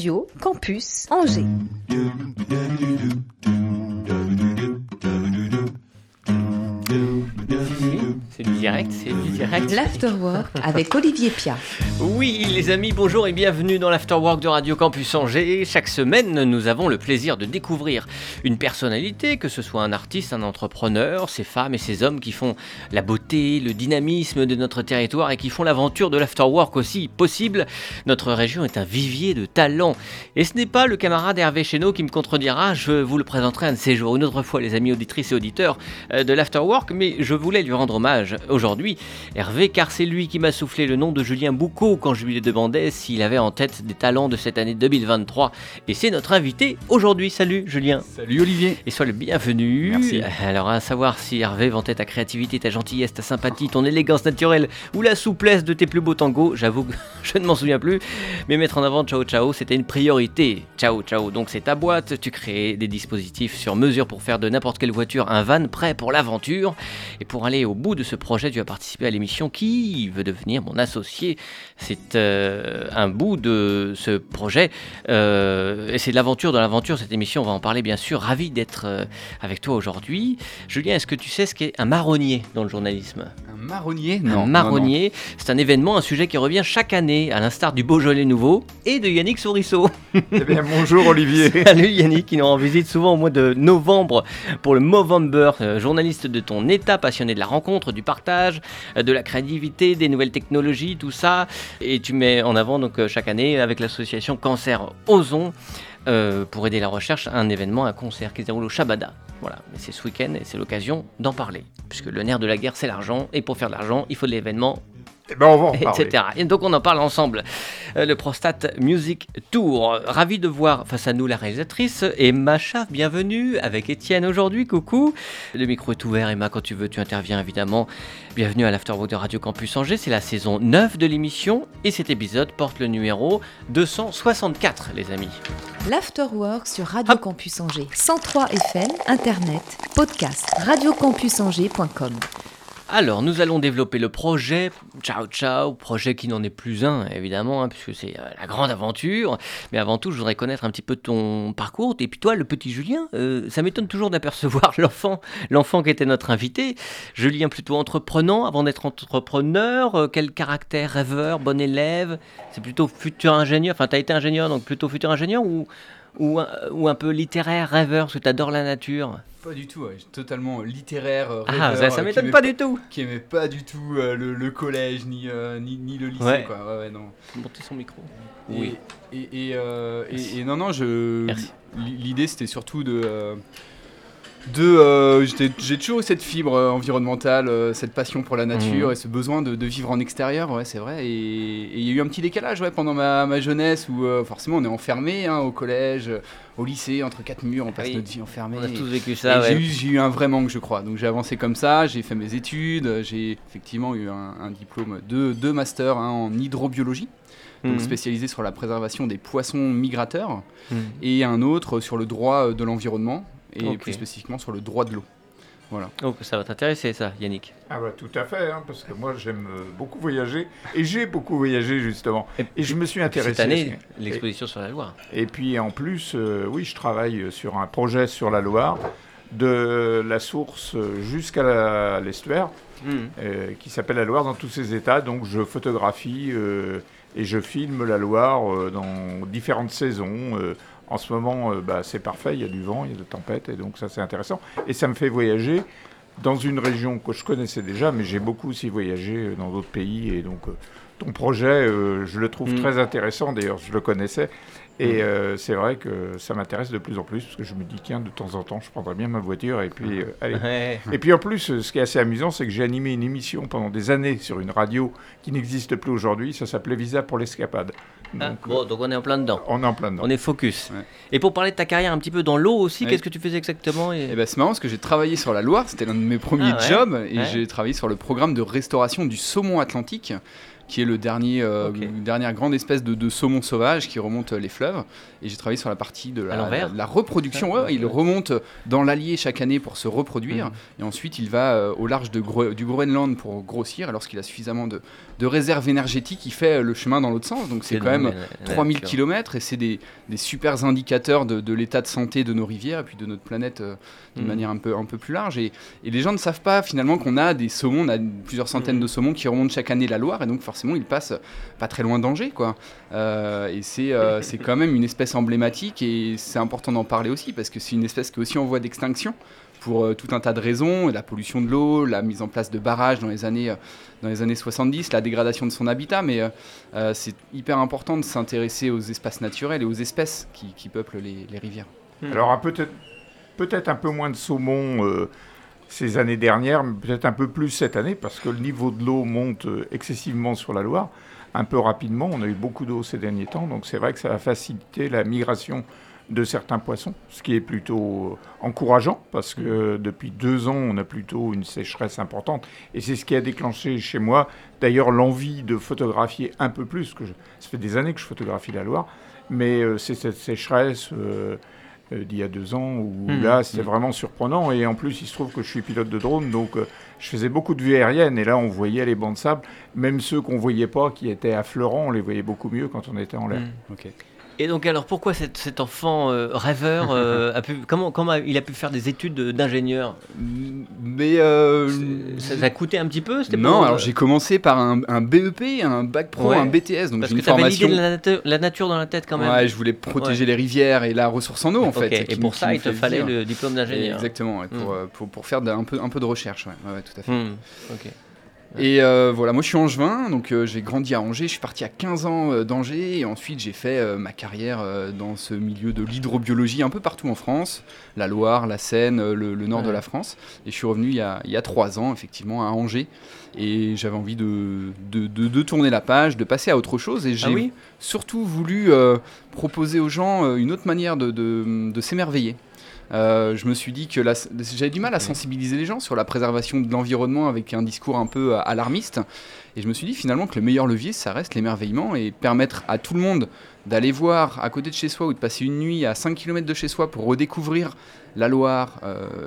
Radio Campus Angers. C'est du direct. L'Afterwork avec Olivier Piat. Oui, les amis, bonjour et bienvenue dans l'Afterwork de Radio Campus Angers. Chaque semaine, nous avons le plaisir de découvrir une personnalité, que ce soit un artiste, un entrepreneur, ces femmes et ces hommes qui font la beauté, le dynamisme de notre territoire et qui font l'aventure de l'Afterwork aussi possible. Notre région est un vivier de talents. Et ce n'est pas le camarade Hervé Chénaud qui me contredira, je vous le présenterai un de ces jours, une autre fois, les amis auditrices et auditeurs de l'Afterwork, mais je voulais lui rendre hommage aujourd'hui, Hervé, car c'est lui qui m'a soufflé le nom de Julien Boucaud quand je lui demandais s'il avait en tête des talents de cette année 2023. Et c'est notre invité aujourd'hui. Salut Julien. Salut Olivier. Et sois le bienvenu. Merci. Alors à savoir si Hervé vantait ta créativité, ta gentillesse, ta sympathie, ton élégance naturelle ou la souplesse de tes plus beaux tangos, j'avoue que je ne m'en souviens plus. Mais mettre en avant Ciao Ciao, c'était une priorité. Ciao Ciao, donc c'est ta boîte, tu crées des dispositifs sur mesure pour faire de n'importe quelle voiture un van prêt pour l'aventure. Et pour aller au bout de ce projet, tu as participé à l'émission Qui veut devenir mon associé. C'est un bout de ce projet et c'est de l'aventure dans l'aventure, cette émission, on va en parler bien sûr. Ravi d'être avec toi aujourd'hui. Julien, est-ce que tu sais ce qu'est un marronnier dans le journalisme ? Un marronnier ? Non. Un marronnier, non. C'est un événement, un sujet qui revient chaque année, à l'instar du Beaujolais nouveau et de Yannick Sourisseau. Eh bien, bonjour Olivier. Salut Yannick, qui nous rend visite souvent au mois de novembre pour le Movember, journaliste de ton état, passionné de la rencontre, du partage, de la créativité, des nouvelles technologies, tout ça. Et tu mets en avant donc chaque année avec l'association Cancer Ozon pour aider la recherche un événement, un concert qui se déroule au Shabada. Voilà, mais c'est ce week-end et c'est l'occasion d'en parler. Puisque le nerf de la guerre, c'est l'argent. Et pour faire de l'argent, il faut de l'événement. Eh ben on va en parler. Etc. Et donc on en parle ensemble. Le Prostate Music Tour. Ravi de voir face à nous la réalisatrice Emma Schaff, bienvenue avec Étienne aujourd'hui, coucou. Le micro est ouvert, Emma, quand tu veux, tu interviens évidemment. Bienvenue à l'Afterwork de Radio Campus Angers, c'est la saison 9 de l'émission et cet épisode porte le numéro 264, les amis. L'Afterwork sur Radio Campus Angers. 103 FM, Internet, podcast, radiocampusangers.com. Alors, nous allons développer le projet Ciao Ciao, projet qui n'en est plus un, évidemment, puisque c'est la grande aventure. Mais avant tout, je voudrais connaître un petit peu ton parcours. Et puis toi, le petit Julien, ça m'étonne toujours d'apercevoir l'enfant qui était notre invité. Julien plutôt entreprenant avant d'être entrepreneur. Quel caractère, rêveur, bon élève. C'est plutôt futur ingénieur. Enfin, tu as été ingénieur, donc plutôt futur ingénieur ou un peu littéraire, rêveur, parce que tu adores la nature. Pas du tout, ouais. Totalement littéraire, rêveur. Ah, ça m'étonne pas du tout. Qui aimait pas du tout le collège ni le lycée, ouais. Quoi. Ouais, non. Monter son micro. Oui. Et non, Merci. L'idée c'était surtout j'ai toujours eu cette fibre environnementale, cette passion pour la nature et ce besoin de vivre en extérieur, ouais, c'est vrai. Et il y a eu un petit décalage pendant ma jeunesse où forcément on est enfermé au collège, au lycée, entre quatre murs, on passe notre vie enfermé. On a tous vécu ça. Et j'ai eu un vrai manque, je crois. Donc j'ai avancé comme ça, j'ai fait mes études, j'ai effectivement eu un diplôme de master en hydrobiologie. Donc spécialisé sur la préservation des poissons migrateurs et un autre sur le droit de l'environnement et plus spécifiquement sur le droit de l'eau. Voilà. Donc ça va t'intéresser ça, Yannick. Ah bah tout à fait, parce que moi j'aime beaucoup voyager et j'ai beaucoup voyagé justement. Et je me suis intéressé. Cette année, l'exposition sur la Loire. Et puis en plus, oui, je travaille sur un projet sur la Loire, de la source jusqu'à l'estuaire, qui s'appelle la Loire dans tous ses états. Donc je photographie et je filme la Loire dans différentes saisons. En ce moment, c'est parfait, il y a du vent, il y a de tempêtes, et donc ça c'est intéressant. Et ça me fait voyager dans une région que je connaissais déjà, mais j'ai beaucoup aussi voyagé dans d'autres pays. Et donc ton projet, je le trouve très intéressant, d'ailleurs je le connaissais. Et c'est vrai que ça m'intéresse de plus en plus, parce que je me dis, tiens, de temps en temps, je prendrais bien ma voiture, et puis, allez. Ouais. Et puis en plus, ce qui est assez amusant, c'est que j'ai animé une émission pendant des années sur une radio qui n'existe plus aujourd'hui, ça s'appelait Visa pour l'escapade. Donc on est en plein dedans. On est en plein dedans. On est focus. Ouais. Et pour parler de ta carrière un petit peu dans l'eau aussi, qu'est-ce que tu faisais exactement C'est marrant parce que j'ai travaillé sur la Loire, c'était l'un de mes premiers jobs, et j'ai travaillé sur le programme de restauration du saumon atlantique. qui est une dernière grande espèce de saumon sauvage qui remonte les fleuves. Et j'ai travaillé sur la partie de la reproduction. Il remonte dans l'Allier chaque année pour se reproduire. Et ensuite, il va au large du Groenland pour grossir. Et lorsqu'il a suffisamment de réserves énergétiques, il fait le chemin dans l'autre sens. Donc c'est quand même 3000 km et c'est des super indicateurs de l'état de santé de nos rivières et puis de notre planète d'une manière un peu plus large. Et les gens ne savent pas finalement qu'on a des saumons, on a plusieurs centaines de saumons qui remontent chaque année la Loire et donc forcément ils passent pas très loin d'Angers, quoi. Et c'est quand même une espèce emblématique et c'est important d'en parler aussi parce que c'est une espèce qui est aussi en voie d'extinction pour tout un tas de raisons, la pollution de l'eau, la mise en place de barrages dans les années 70, la dégradation de son habitat, mais c'est hyper important de s'intéresser aux espaces naturels et aux espèces qui peuplent les rivières. Alors peut-être un peu moins de saumon ces années dernières, mais peut-être un peu plus cette année, parce que le niveau de l'eau monte excessivement sur la Loire, un peu rapidement. On a eu beaucoup d'eau ces derniers temps, donc c'est vrai que ça va faciliter la migration de certains poissons, ce qui est plutôt encourageant, parce que depuis 2 ans, on a plutôt une sécheresse importante. Et c'est ce qui a déclenché chez moi, d'ailleurs, l'envie de photographier un peu plus. Ça fait des années que je photographie la Loire, mais c'est cette sécheresse d'il y a 2 ans où là, c'était vraiment surprenant. Et en plus, il se trouve que je suis pilote de drone, donc je faisais beaucoup de vues aériennes. Et là, on voyait les bancs de sable, même ceux qu'on ne voyait pas, qui étaient affleurants, on les voyait beaucoup mieux quand on était en l'air. Ok. Et donc alors pourquoi cet enfant rêveur comment il a pu faire des études d'ingénieur? Mais ça a coûté un petit peu? Non, alors j'ai commencé par un BEP, un bac pro, un BTS, donc parce une que t'avais formation. l'idée de la nature dans la tête quand même. Ouais, je voulais protéger les rivières et la ressource en eau en fait. Et pour ça, il te fallait le diplôme d'ingénieur. Exactement, pour faire un peu de recherche, ouais, tout à fait. Ok. Et voilà, moi je suis angevin, donc j'ai grandi à Angers, je suis parti à 15 ans d'Angers et ensuite j'ai fait ma carrière dans ce milieu de l'hydrobiologie un peu partout en France, la Loire, la Seine, le nord de la France. Et je suis revenu il y a 3 ans effectivement à Angers et j'avais envie de tourner la page, de passer à autre chose et j'ai surtout voulu proposer aux gens une autre manière de s'émerveiller. Je me suis dit que j'avais du mal à sensibiliser les gens sur la préservation de l'environnement avec un discours un peu alarmiste. Et je me suis dit finalement que le meilleur levier, ça reste l'émerveillement et permettre à tout le monde d'aller voir à côté de chez soi ou de passer une nuit à 5 km de chez soi pour redécouvrir la Loire,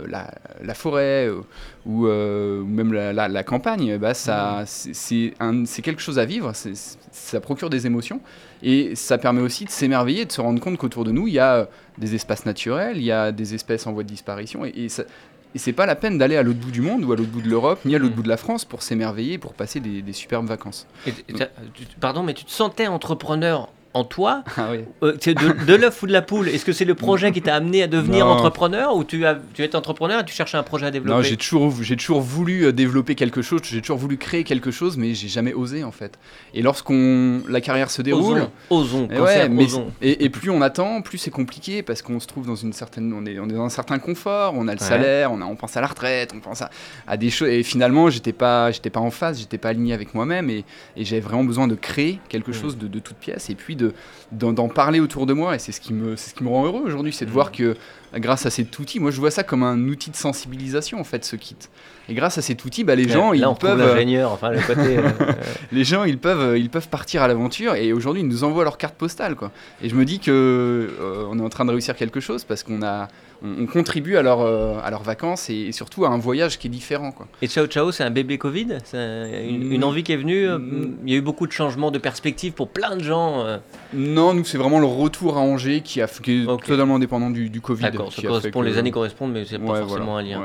la forêt ou même la campagne. C'est quelque chose à vivre, ça procure des émotions et ça permet aussi de s'émerveiller, de se rendre compte qu'autour de nous, il y a des espaces naturels, il y a des espèces en voie de disparition et c'est pas la peine d'aller à l'autre bout du monde ou à l'autre bout de l'Europe ni à l'autre bout de la France pour s'émerveiller, pour passer des superbes vacances. Pardon, mais tu te sentais entrepreneur en toi? Oui. De l'œuf ou de la poule? Est-ce que c'est le projet qui t'a amené à devenir entrepreneur ou tu es entrepreneur et tu cherchais un projet à développer? Non, j'ai toujours voulu développer quelque chose, j'ai toujours voulu créer quelque chose, mais j'ai jamais osé en fait. Et la carrière se déroule, osons. Et plus on attend, plus c'est compliqué parce qu'on se trouve dans on est dans un certain confort, on a le salaire, on pense à la retraite, on pense à des choses. Et finalement, j'étais pas en phase, j'étais pas aligné avec moi-même et j'avais vraiment besoin de créer quelque chose de toute pièce et puis d'en parler autour de moi et c'est ce qui me rend heureux aujourd'hui, c'est de voir que grâce à cet outil, moi je vois ça comme un outil de sensibilisation en fait, ce kit. Et grâce à cet outil, les gens ils peuvent l'ingénieur, enfin le côté les gens ils peuvent partir à l'aventure et aujourd'hui ils nous envoient leur carte postale quoi. Et je me dis que on est en train de réussir quelque chose parce on contribue à leurs vacances et surtout à un voyage qui est différent quoi. Et Ciao Ciao, c'est un bébé Covid, c'est une envie qui est venue. Il y a eu beaucoup de changements de perspective pour plein de gens. Non, nous c'est vraiment le retour à Angers qui est totalement indépendant du Covid. D'accord, les années correspondent, mais c'est pas forcément un lien.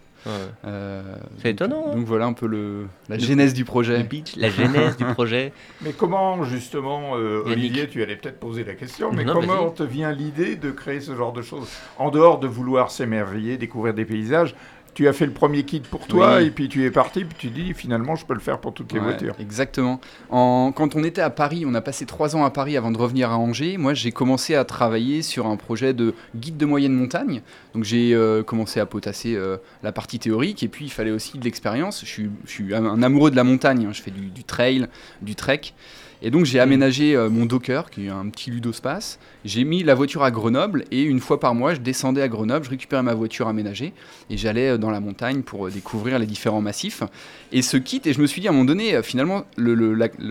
C'est étonnant. Donc voilà un peu la genèse du projet. La genèse du projet. Mais comment justement, Olivier, tu allais peut-être poser la question, mais comment te vient l'idée de créer ce genre de choses? En dehors de vouloir s'émerveiller, découvrir des paysages, tu as fait le premier kit pour toi et puis tu es parti, puis tu dis finalement je peux le faire pour toutes les voitures. Exactement. Quand on était à Paris, on a passé 3 ans à Paris avant de revenir à Angers. Moi j'ai commencé à travailler sur un projet de guide de moyenne montagne. Donc j'ai commencé à potasser la partie théorique et puis il fallait aussi de l'expérience. Je suis un amoureux de la montagne, je fais du trail, du trek. Et donc j'ai aménagé mon Docker, qui est un petit ludospace. J'ai mis la voiture à Grenoble et une fois par mois, je descendais à Grenoble, je récupérais ma voiture aménagée et j'allais dans la montagne pour découvrir les différents massifs. Et ce kit, et je me suis dit à un moment donné, finalement, le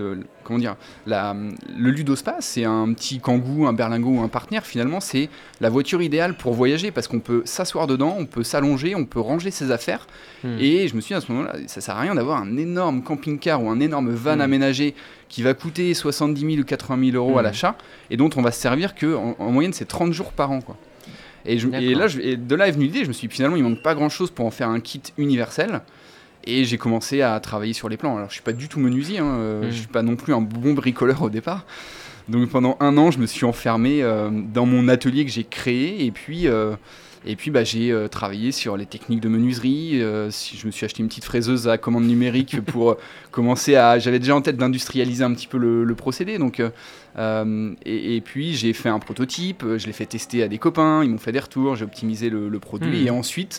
ludospace, c'est un petit Kangoo, un berlingot ou un partenaire. Finalement, c'est la voiture idéale pour voyager parce qu'on peut s'asseoir dedans, on peut s'allonger, on peut ranger ses affaires. Et je me suis dit à ce moment-là, ça sert à rien d'avoir un énorme camping-car ou un énorme van aménagé qui va coûter 70 000 ou 80 000 euros à l'achat et dont on va se servir qu'en moyenne c'est 30 jours par an, quoi. Et de là est venue l'idée, je me suis dit finalement il manque pas grand chose pour en faire un kit universel et j'ai commencé à travailler sur les plans. Alors je suis pas du tout menuisier, je suis pas non plus un bon bricoleur au départ, donc pendant 1 an je me suis enfermé dans mon atelier que j'ai créé et puis j'ai travaillé sur les techniques de menuiserie. Je me suis acheté une petite fraiseuse à commande numérique pour commencer à... J'avais déjà en tête d'industrialiser un petit peu le procédé. Donc, et puis j'ai fait un prototype, je l'ai fait tester à des copains, ils m'ont fait des retours, j'ai optimisé le produit. Et ensuite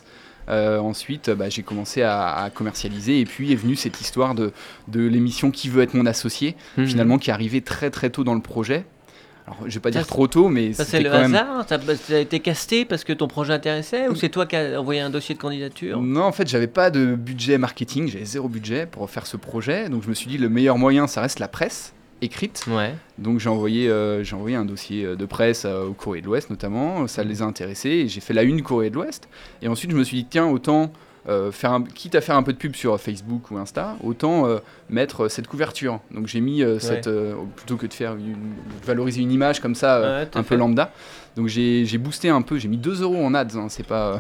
j'ai commencé à commercialiser. Et puis est venue cette histoire de l'émission Qui veut être mon associé, finalement, qui est arrivée très très tôt dans le projet. Alors, je vais pas dire trop tôt, mais ça, c'était c'est le quand même... hasard. T'as été casté parce que ton projet intéressait ou c'est toi qui as envoyé un dossier de candidature? Non, en fait, j'avais pas de budget marketing, j'avais 0 budget pour faire ce projet. Donc, je me suis dit, le meilleur moyen, ça reste la presse écrite. Ouais. Donc, j'ai envoyé un dossier de presse au Courrier de l'Ouest, notamment. Ça les a intéressés et j'ai fait la une Courrier de l'Ouest. Et ensuite, je me suis dit, tiens, autant... quitte à faire un peu de pub sur Facebook ou Insta, autant mettre cette couverture. Donc j'ai mis plutôt que de valoriser une image comme ça, un peu lambda. Donc j'ai boosté un peu, j'ai mis 2 € en ads, c'est pas...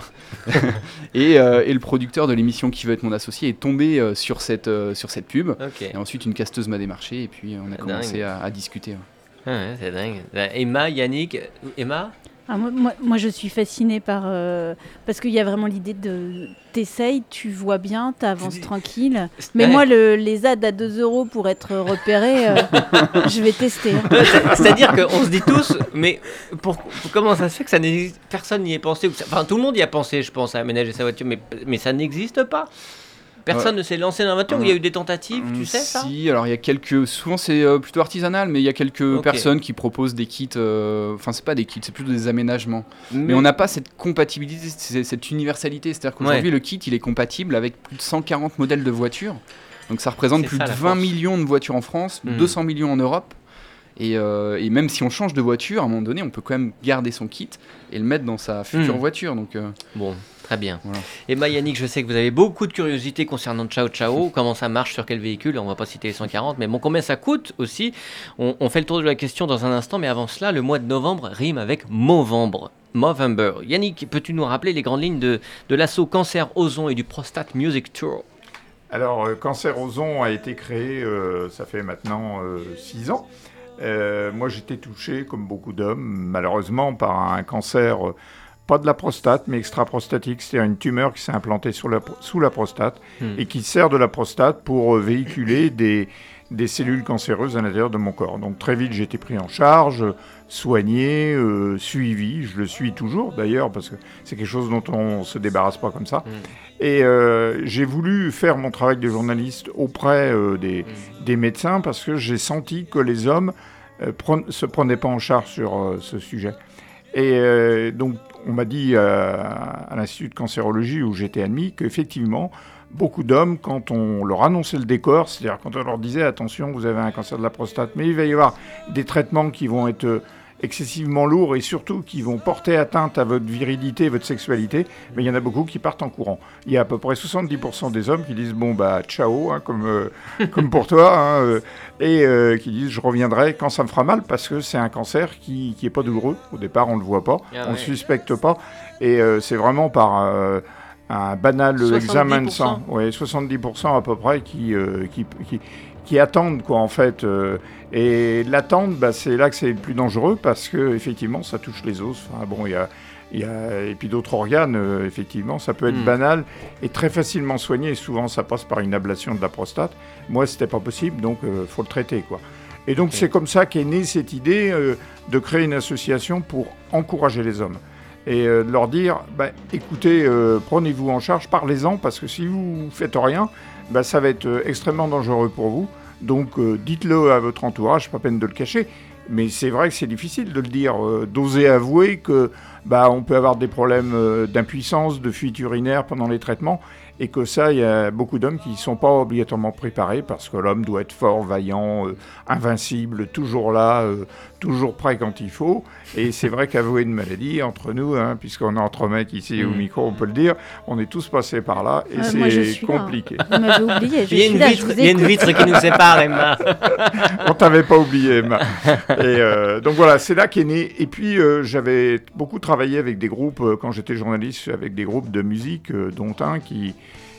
et le producteur de l'émission Qui veut être mon associé est tombé sur cette pub. Okay. Et ensuite une casteuse m'a démarché et puis on a commencé à discuter. C'est dingue. Emma, Yannick, Emma ? Moi, je suis fascinée parce qu'il y a vraiment l'idée de t'essayes, tu vois bien, t'avances tranquille. Mais moi, les ads à 2 € pour être repéré, je vais tester. C'est-à-dire qu'on se dit tous, mais comment ça se fait que ça n'existe, personne n'y ait pensé, enfin tout le monde y a pensé, je pense, à aménager sa voiture, mais ça n'existe pas. Personne ne s'est lancé dans la voiture, où il y a eu des tentatives, tu sais ça ? Si, alors il y a souvent c'est plutôt artisanal, mais il y a quelques personnes qui proposent des kits, c'est pas des kits, c'est plutôt des aménagements. Mais on n'a pas cette compatibilité, cette universalité, c'est-à-dire qu'aujourd'hui le kit il est compatible avec plus de 140 modèles de voitures, donc ça représente plus de 20 millions de voitures en France, 200 millions en Europe. Et même si on change de voiture, à un moment donné, on peut quand même garder son kit et le mettre dans sa future voiture. Donc, bon, très bien. Voilà. Emma, Yannick, je sais que vous avez beaucoup de curiosité concernant Ciao Ciao. Comment ça marche, sur quel véhicule? On ne va pas citer les 140, mais bon, combien ça coûte aussi? On fait le tour de la question dans un instant, mais avant cela, le mois de novembre rime avec Movember. Yannick, peux-tu nous rappeler les grandes lignes de l'assaut Cancer Ozon et du Prostate Music Tour? Alors, Cancer Ozon a été créé, ça fait maintenant 6 ans. Moi, j'étais touché, comme beaucoup d'hommes, malheureusement, par un cancer, pas de la prostate, mais extra-prostatique. C'est-à-dire une tumeur qui s'est implantée sous la prostate et qui sert de la prostate pour véhiculer des cellules cancéreuses à l'intérieur de mon corps. Donc, très vite, j'ai été pris en charge, soigné, suivi. Je le suis toujours, d'ailleurs, parce que c'est quelque chose dont on ne se débarrasse pas comme ça. Et j'ai voulu faire mon travail de journaliste auprès des médecins parce que j'ai senti que les hommes se prenaient pas en charge sur ce sujet. Et donc, on m'a dit à l'Institut de cancérologie où j'étais admis qu'effectivement, beaucoup d'hommes, quand on leur annonçait le décor, c'est-à-dire quand on leur disait « Attention, vous avez un cancer de la prostate, mais il va y avoir des traitements qui vont être excessivement lourds et surtout qui vont porter atteinte à votre virilité, votre sexualité », mais il y en a beaucoup qui partent en courant. Il y a à peu près 70% des hommes qui disent « Bon, bah, ciao, comme pour toi, et qui disent « Je reviendrai quand ça me fera mal » parce que c'est un cancer qui n'est pas douloureux. Au départ, on ne le voit pas, on ne le suspecte pas, et c'est vraiment par... un banal examen de sang, 70% à peu près qui attendent, quoi, en fait. Et l'attente, c'est là que c'est le plus dangereux parce que effectivement, ça touche les os. Enfin, bon, il y a et puis d'autres organes. Effectivement, ça peut être banal et très facilement soigné. Et souvent, ça passe par une ablation de la prostate. Moi, c'était pas possible, donc faut le traiter, quoi. Et donc, c'est comme ça qu'est née cette idée de créer une association pour encourager les hommes. Et de leur dire, écoutez, prenez-vous en charge, parlez-en, parce que si vous ne faites rien, ça va être extrêmement dangereux pour vous. Donc dites-le à votre entourage, pas peine de le cacher. Mais c'est vrai que c'est difficile de le dire, d'oser avouer que on peut avoir des problèmes d'impuissance, de fuite urinaire pendant les traitements, et que ça, il y a beaucoup d'hommes qui ne sont pas obligatoirement préparés parce que l'homme doit être fort, vaillant, invincible, toujours là, toujours prêt quand il faut. Et c'est vrai qu'avouer une maladie, entre nous, puisqu'on est entre mecs ici au micro, on peut le dire, on est tous passés par là et c'est compliqué. Là. Vous m'avez oublié, il y a une vitre qui nous sépare, Emma. On t'avait pas oublié, Emma. Et donc voilà, c'est là qu'est né. Et puis j'avais beaucoup travaillé avec des groupes, quand j'étais journaliste, avec des groupes de musique, dont un qui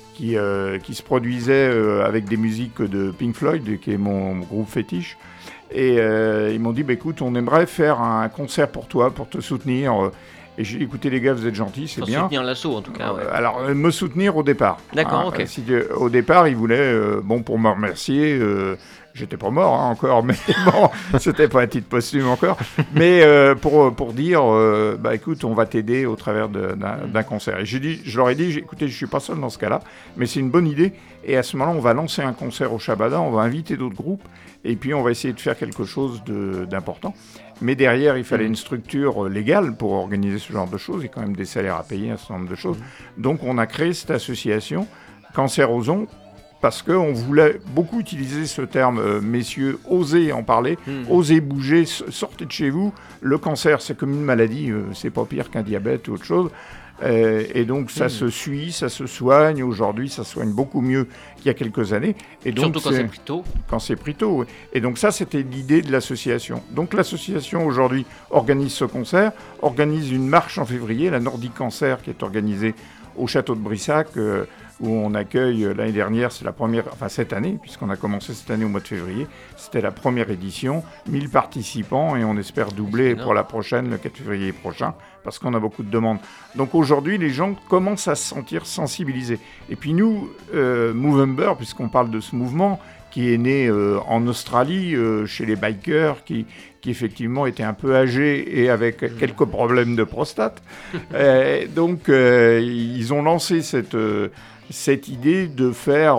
se produisait avec des musiques de Pink Floyd, qui est mon groupe fétiche. Et ils m'ont dit, écoute, on aimerait faire un concert pour toi, pour te soutenir. Et j'ai dit, écoutez les gars, vous êtes gentils, c'est bien. Soutenir l'assaut en tout cas. Ouais. Alors, me soutenir au départ. D'accord, ok. Au départ, ils voulaient, pour me remercier, j'étais pas mort encore, mais bon, c'était pas un titre posthume encore. Mais pour dire, écoute, on va t'aider au travers d'un concert. Et je leur ai dit, écoutez, je suis pas seul dans ce cas-là, mais c'est une bonne idée. Et à ce moment-là, on va lancer un concert au Shabada, on va inviter d'autres groupes, et puis on va essayer de faire quelque chose d'important. Mais derrière, il fallait une structure légale pour organiser ce genre de choses. Il y a quand même des salaires à payer, un certain nombre de choses. Donc on a créé cette association, Cancer Ozon, parce qu'on voulait beaucoup utiliser ce terme, messieurs, osez en parler, osez bouger, sortez de chez vous. Le cancer, c'est comme une maladie, c'est pas pire qu'un diabète ou autre chose. Et donc ça se suit, ça se soigne. Aujourd'hui, ça soigne beaucoup mieux qu'il y a quelques années. Et donc, surtout quand c'est pris tôt. Quand c'est pris tôt, oui. Et donc ça, c'était l'idée de l'association. Donc l'association, aujourd'hui, organise ce concert, organise une marche en février, la Nordic Cancer, qui est organisée au château de Brissac, où on accueille, l'année dernière, c'est la première, enfin cette année, puisqu'on a commencé cette année au mois de février, c'était la première édition, 1000 participants, et on espère doubler pour la prochaine, le 4 février prochain, parce qu'on a beaucoup de demandes. Donc aujourd'hui, les gens commencent à se sentir sensibilisés. Et puis nous, Movember, puisqu'on parle de ce mouvement, qui est né en Australie, chez les bikers, qui effectivement étaient un peu âgés et avec quelques problèmes de prostate. Donc ils ont lancé cette idée de faire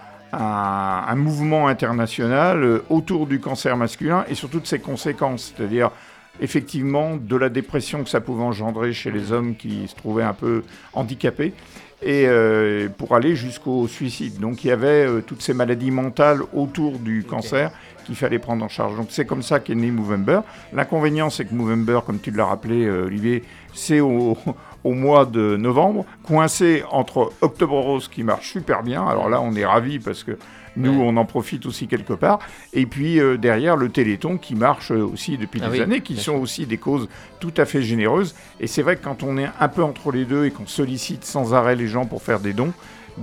un mouvement international autour du cancer masculin et surtout de ses conséquences, c'est-à-dire effectivement de la dépression que ça pouvait engendrer chez les hommes qui se trouvaient un peu handicapés, et pour aller jusqu'au suicide. Donc il y avait toutes ces maladies mentales autour du cancer qu'il fallait prendre en charge. Donc c'est comme ça qu'est né Movember. L'inconvénient, c'est que Movember, comme tu l'as rappelé, Olivier, c'est au mois de novembre, coincé entre Octobre Rose, qui marche super bien. Alors là, on est ravis parce que nous, on en profite aussi quelque part. Et puis derrière, le Téléthon qui marche aussi depuis des années, qui sont aussi des causes tout à fait généreuses. Et c'est vrai que quand on est un peu entre les deux et qu'on sollicite sans arrêt les gens pour faire des dons,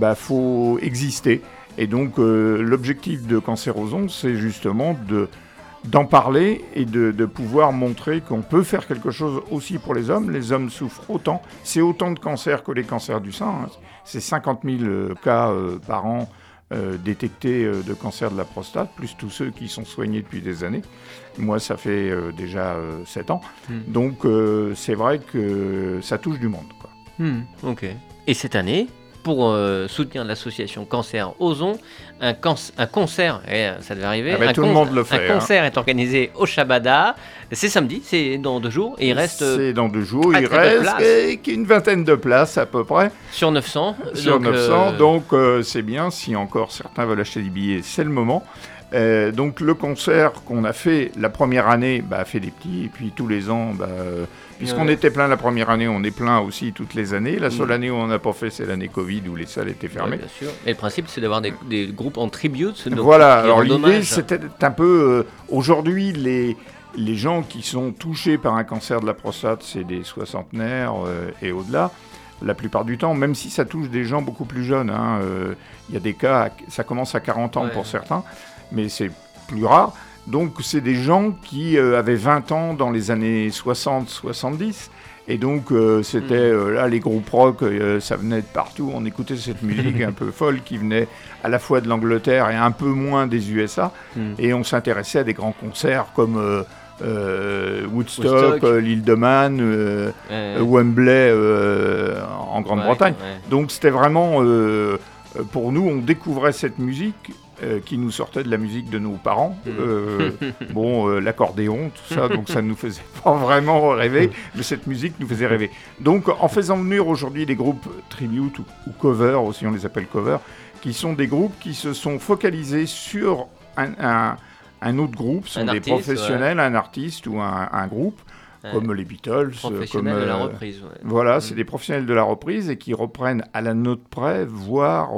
faut exister. Et donc l'objectif de Cancer Ozon, c'est justement d'en parler et de pouvoir montrer qu'on peut faire quelque chose aussi pour les hommes. Les hommes souffrent autant. C'est autant de cancers que les cancers du sein. C'est 50 000 cas par an détectés de cancer de la prostate, plus tous ceux qui sont soignés depuis des années. Moi, ça fait déjà 7 ans. Donc c'est vrai que ça touche du monde, quoi. Ok. Et cette année, pour soutenir l'association Cancer Ozon, un concert, ça devait arriver, tout le monde le fait, un concert est organisé au Shabada, c'est samedi, c'est dans 2 jours, et il reste... C'est dans 2 jours, il reste une vingtaine de places à peu près. Sur 900. Sur 900, donc c'est bien, si encore certains veulent acheter des billets, c'est le moment. Donc le concert qu'on a fait la première année a fait des petits, et puis tous les ans, puisqu'on était plein la première année, on est plein aussi toutes les années. La seule année où on n'a pas fait, c'est l'année Covid, où les salles étaient fermées. Bien sûr. Et le principe, c'est d'avoir des groupes en tribute. Voilà, alors l'idée, c'était un peu... aujourd'hui, les gens qui sont touchés par un cancer de la prostate, c'est des soixantenaires et au-delà. La plupart du temps, même si ça touche des gens beaucoup plus jeunes. Il y a des cas, ça commence à 40 ans pour certains, mais c'est plus rare. Donc c'est des gens qui avaient 20 ans dans les années 60-70. Et donc c'était là les groupes rock, ça venait de partout. On écoutait cette musique un peu folle qui venait à la fois de l'Angleterre et un peu moins des USA. Et on s'intéressait à des grands concerts comme... Woodstock, l'île de Man, Wembley en Grande-Bretagne. Donc c'était vraiment, pour nous, on découvrait cette musique qui nous sortait de la musique de nos parents. L'accordéon, tout ça, donc ça ne nous faisait pas vraiment rêver, mais cette musique nous faisait rêver. Donc en faisant venir aujourd'hui des groupes tribute ou cover, aussi on les appelle cover, qui sont des groupes qui se sont focalisés sur un autre groupe, sont des professionnels, un artiste ou un groupe, comme les Beatles. Professionnels de la reprise. Ouais. Voilà, c'est des professionnels de la reprise et qui reprennent à la note près, voire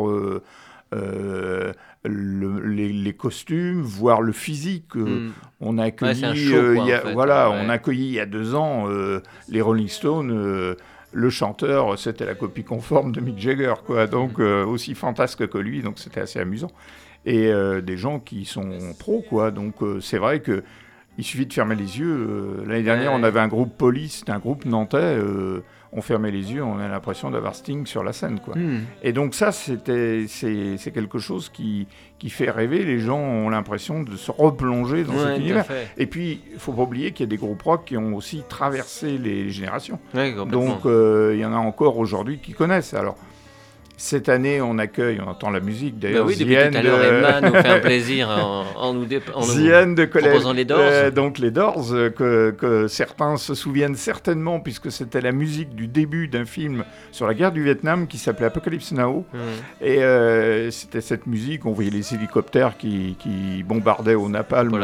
les costumes, voire le physique. On a accueilli, on a accueilli il y a 2 ans les Rolling Stones. Le chanteur, c'était la copie conforme de Mick Jagger, quoi. Donc aussi fantasque que lui, donc c'était assez amusant. Et des gens qui sont pros, quoi. Donc c'est vrai que il suffit de fermer les yeux. L'année dernière, on avait un groupe Police, c'était un groupe nantais. On fermait les yeux, on a l'impression d'avoir Sting sur la scène, quoi. Et donc ça, c'est quelque chose qui fait rêver. Les gens ont l'impression de se replonger dans cet univers. Et puis, il ne faut pas oublier qu'il y a des groupes rock qui ont aussi traversé les générations. Donc, il y en a encore aujourd'hui qui connaissent. Alors, cette année, on entend la musique d'ailleurs. Depuis tout à l'heure, Emma nous fait un plaisir en nous proposant les Doors. Donc les Doors, que certains se souviennent certainement, puisque c'était la musique du début d'un film sur la guerre du Vietnam qui s'appelait Apocalypse Now. Et c'était cette musique, on voyait les hélicoptères qui bombardaient au napalm.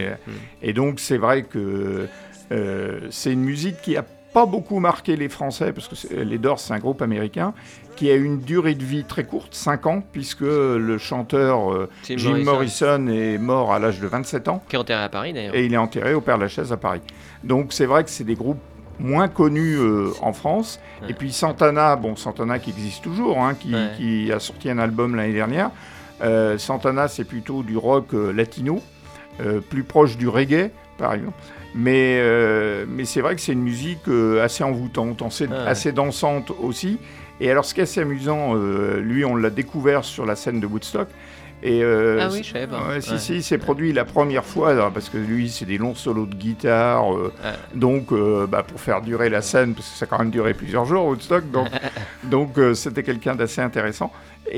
Et donc c'est vrai que c'est une musique qui a pas beaucoup marqué les Français, parce que les Doors, c'est un groupe américain, qui a une durée de vie très courte, 5 ans, puisque le chanteur Jim Morrison est mort à l'âge de 27 ans. Qui est enterré à Paris, d'ailleurs. Et il est enterré au Père-Lachaise à Paris. Donc c'est vrai que c'est des groupes moins connus en France. Et puis Santana qui existe toujours, qui a sorti un album l'année dernière. Santana, c'est plutôt du rock latino, plus proche du reggae, par exemple. Mais c'est vrai que c'est une musique assez envoûtante, assez dansante aussi. Et alors, ce qui est assez amusant, lui, on l'a découvert sur la scène de Woodstock. Et, oui, je savais pas. Si, c'est produit la première fois, alors, parce que lui, c'est des longs solos de guitare. Donc, pour faire durer la scène, parce que ça a quand même duré plusieurs jours, Woodstock, donc c'était quelqu'un d'assez intéressant.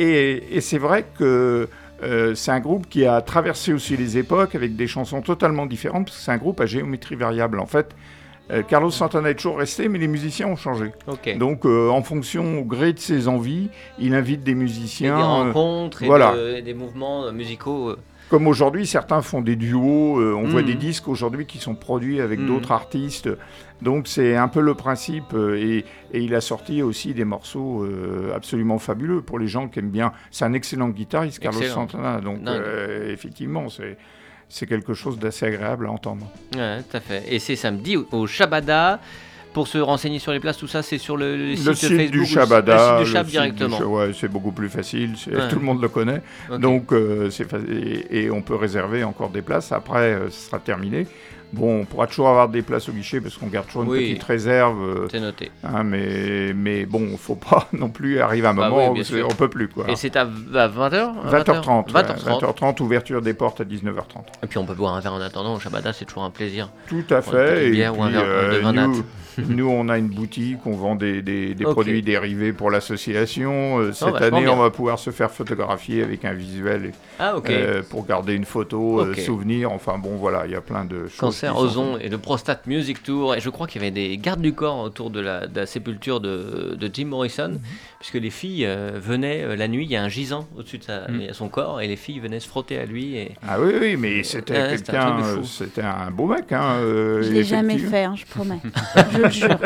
Et c'est vrai que c'est un groupe qui a traversé aussi les époques avec des chansons totalement différentes, parce que c'est un groupe à géométrie variable. En fait, Carlos Santana est toujours resté, mais les musiciens ont changé. Donc, en fonction, au gré de ses envies, il invite des musiciens. Et des rencontres et des mouvements musicaux. Comme aujourd'hui, certains font des duos. On voit des disques aujourd'hui qui sont produits avec d'autres artistes. Donc, c'est un peu le principe. Et il a sorti aussi des morceaux absolument fabuleux pour les gens qui aiment bien. C'est un excellent guitariste, Carlos Santana. Donc, effectivement, c'est quelque chose d'assez agréable à entendre. Ouais, tout à fait. Et c'est samedi au Shabada. Pour se renseigner sur les places, tout ça, c'est sur le site Facebook du Shabada. Le site du Shab directement. C'est beaucoup plus facile. Tout le monde le connaît. Donc, et on peut réserver encore des places. Après, ce sera terminé. Bon, on pourra toujours avoir des places au guichet parce qu'on garde toujours une petite réserve. C'est noté. Mais bon, il ne faut pas non plus arriver à un moment où on ne peut plus, quoi. Et c'est à 20h 20h30. 20h30, ouverture des portes à 19h30. Et puis on peut boire un verre en attendant. Au Shabada, c'est toujours un plaisir. Tout à fait. Une bière ou un verre de vin nat. Nous, on a une boutique, on vend des produits dérivés pour l'association. Cette année, on va pouvoir se faire photographier avec un visuel pour garder une photo, souvenir. Enfin bon, voilà, il y a plein de choses. Cancer, Ozon et le Prostate Music Tour. Et je crois qu'il y avait des gardes du corps autour de la sépulture de Jim Morrison, puisque les filles venaient la nuit, il y a un gisant au-dessus de son corps, et les filles venaient se frotter à lui. Ah oui, mais c'était c'était un beau mec. Je l'ai jamais fait, je promets. Je le jure.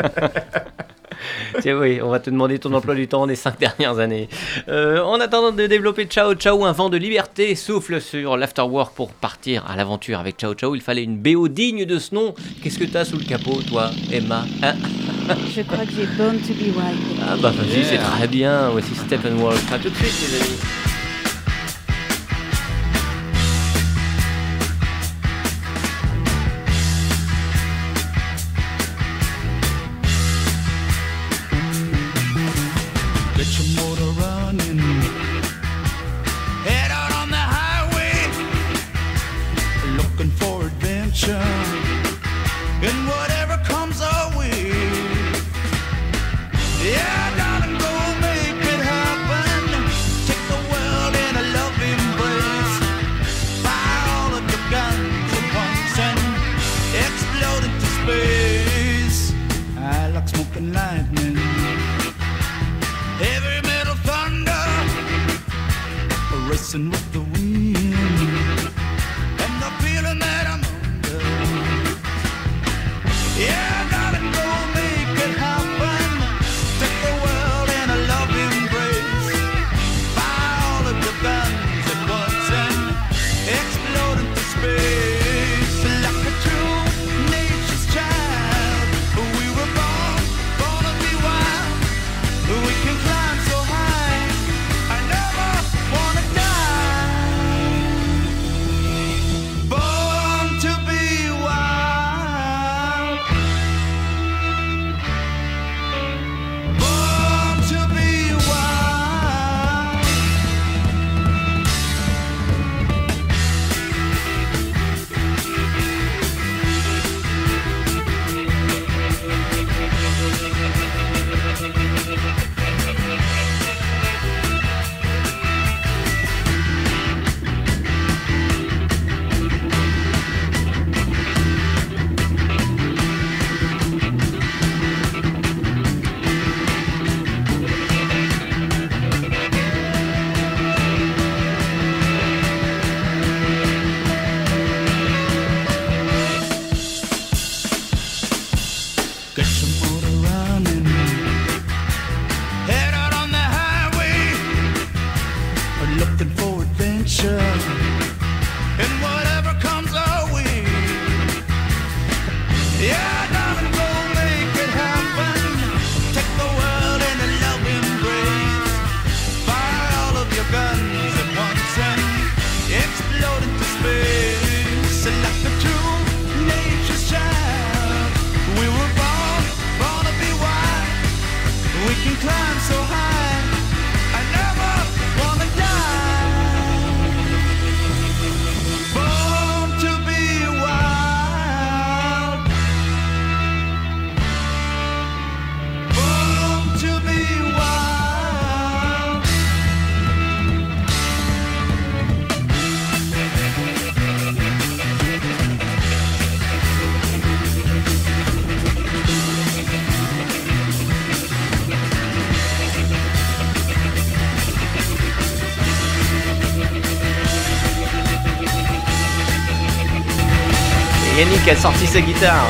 Tiens, oui, on va te demander ton emploi du temps des 5 dernières années. En attendant de développer Ciao Ciao, un vent de liberté souffle sur l'Afterwork pour partir à l'aventure avec Ciao Ciao. Il fallait une BO digne de ce nom. Qu'est-ce que t'as sous le capot, toi, Emma? Je crois que j'ai Born to be Wild. Ah bah vas-y, c'est très bien. Voici Steppenwolf. À tout de suite, les amis. Yeah, darling, go make it happen. Take the world racing with the wind, and the feeling that I'm under. Yeah, darling, go make it happen. Take the world in a loving embrace. Fire all of your guns at once and explode into space. Like a true nature's child, we were born to be wild. We can climb so high, I never wanna die. Born to be wild. Born to be wild. Get some motor running. Head out on the highway, looking for adventure, and whatever comes our way. Yeah, darling, go make it happen. Take the world in a loving embrace. Fire all of your guns at once and explode into space. Like a true nature's child, we were born to be wild. We can climb so high, I never wanna die. Born to be wild. Born to be wild. Yannick a sorti sa guitare.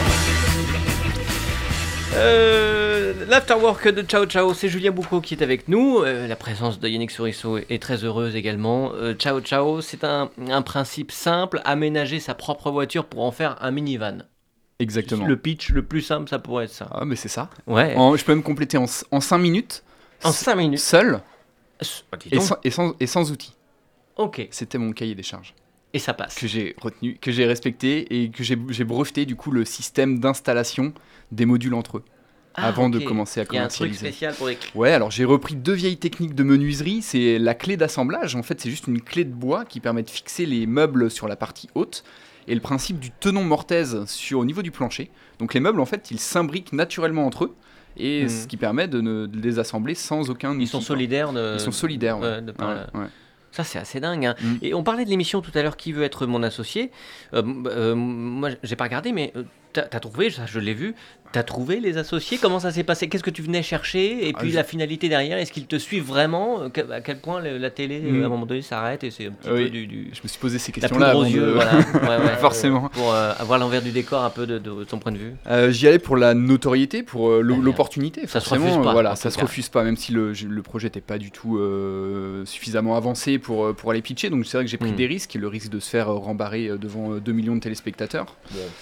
L'afterwork de Ciao Ciao, c'est Julien Boucaud qui est avec nous. La présence de Yannick Souriceau est très heureuse également. Ciao Ciao, c'est un principe simple, aménager sa propre voiture pour en faire un minivan. Exactement. Le pitch le plus simple, ça pourrait être ça. Ah, mais c'est ça. Ouais. Je peux même compléter en 5 minutes. En 5 minutes. Seul Dis et donc. sans outils. Ok. C'était mon cahier des charges. Et ça passe. Que j'ai retenu, que j'ai respecté et que j'ai breveté du coup le système d'installation des modules entre eux avant de commencer à Il y a un truc commercialiser. spécial pour les... Ouais, alors j'ai repris 2 vieilles techniques de menuiserie. C'est la clé d'assemblage. En fait, c'est juste une clé de bois qui permet de fixer les meubles sur la partie haute et le principe du tenon mortaise au niveau du plancher. Donc les meubles, en fait, ils s'imbriquent naturellement entre eux et ce qui permet de les assembler sans aucun outil. Ils sont solidaires. Ils sont solidaires, ouais. de par la- Ouais. Ça, c'est assez dingue. Hein. Et on parlait de l'émission tout à l'heure, Qui veut être mon associé. Moi, j'ai pas regardé, mais t'as trouvé, ça, je l'ai vu, t'as trouvé les associés. Comment ça s'est passé? Qu'est-ce que tu venais chercher? Et puis la finalité derrière, est-ce qu'ils te suivent vraiment? À quel point la télé, à un moment donné, s'arrête et c'est un petit peu du... Je me suis posé ces La questions-là. poudre aux yeux, voilà. Ouais, Forcément. Pour avoir l'envers du décor un peu de ton point de vue. J'y allais pour la notoriété, pour l'opportunité. Ça se forcément, refuse pas, voilà, en ça tout se cas. refuse pas, même si le projet n'était pas du tout suffisamment avancé pour aller pitcher. Donc c'est vrai que j'ai pris des risques, le risque de se faire rembarrer devant 2 millions de téléspectateurs.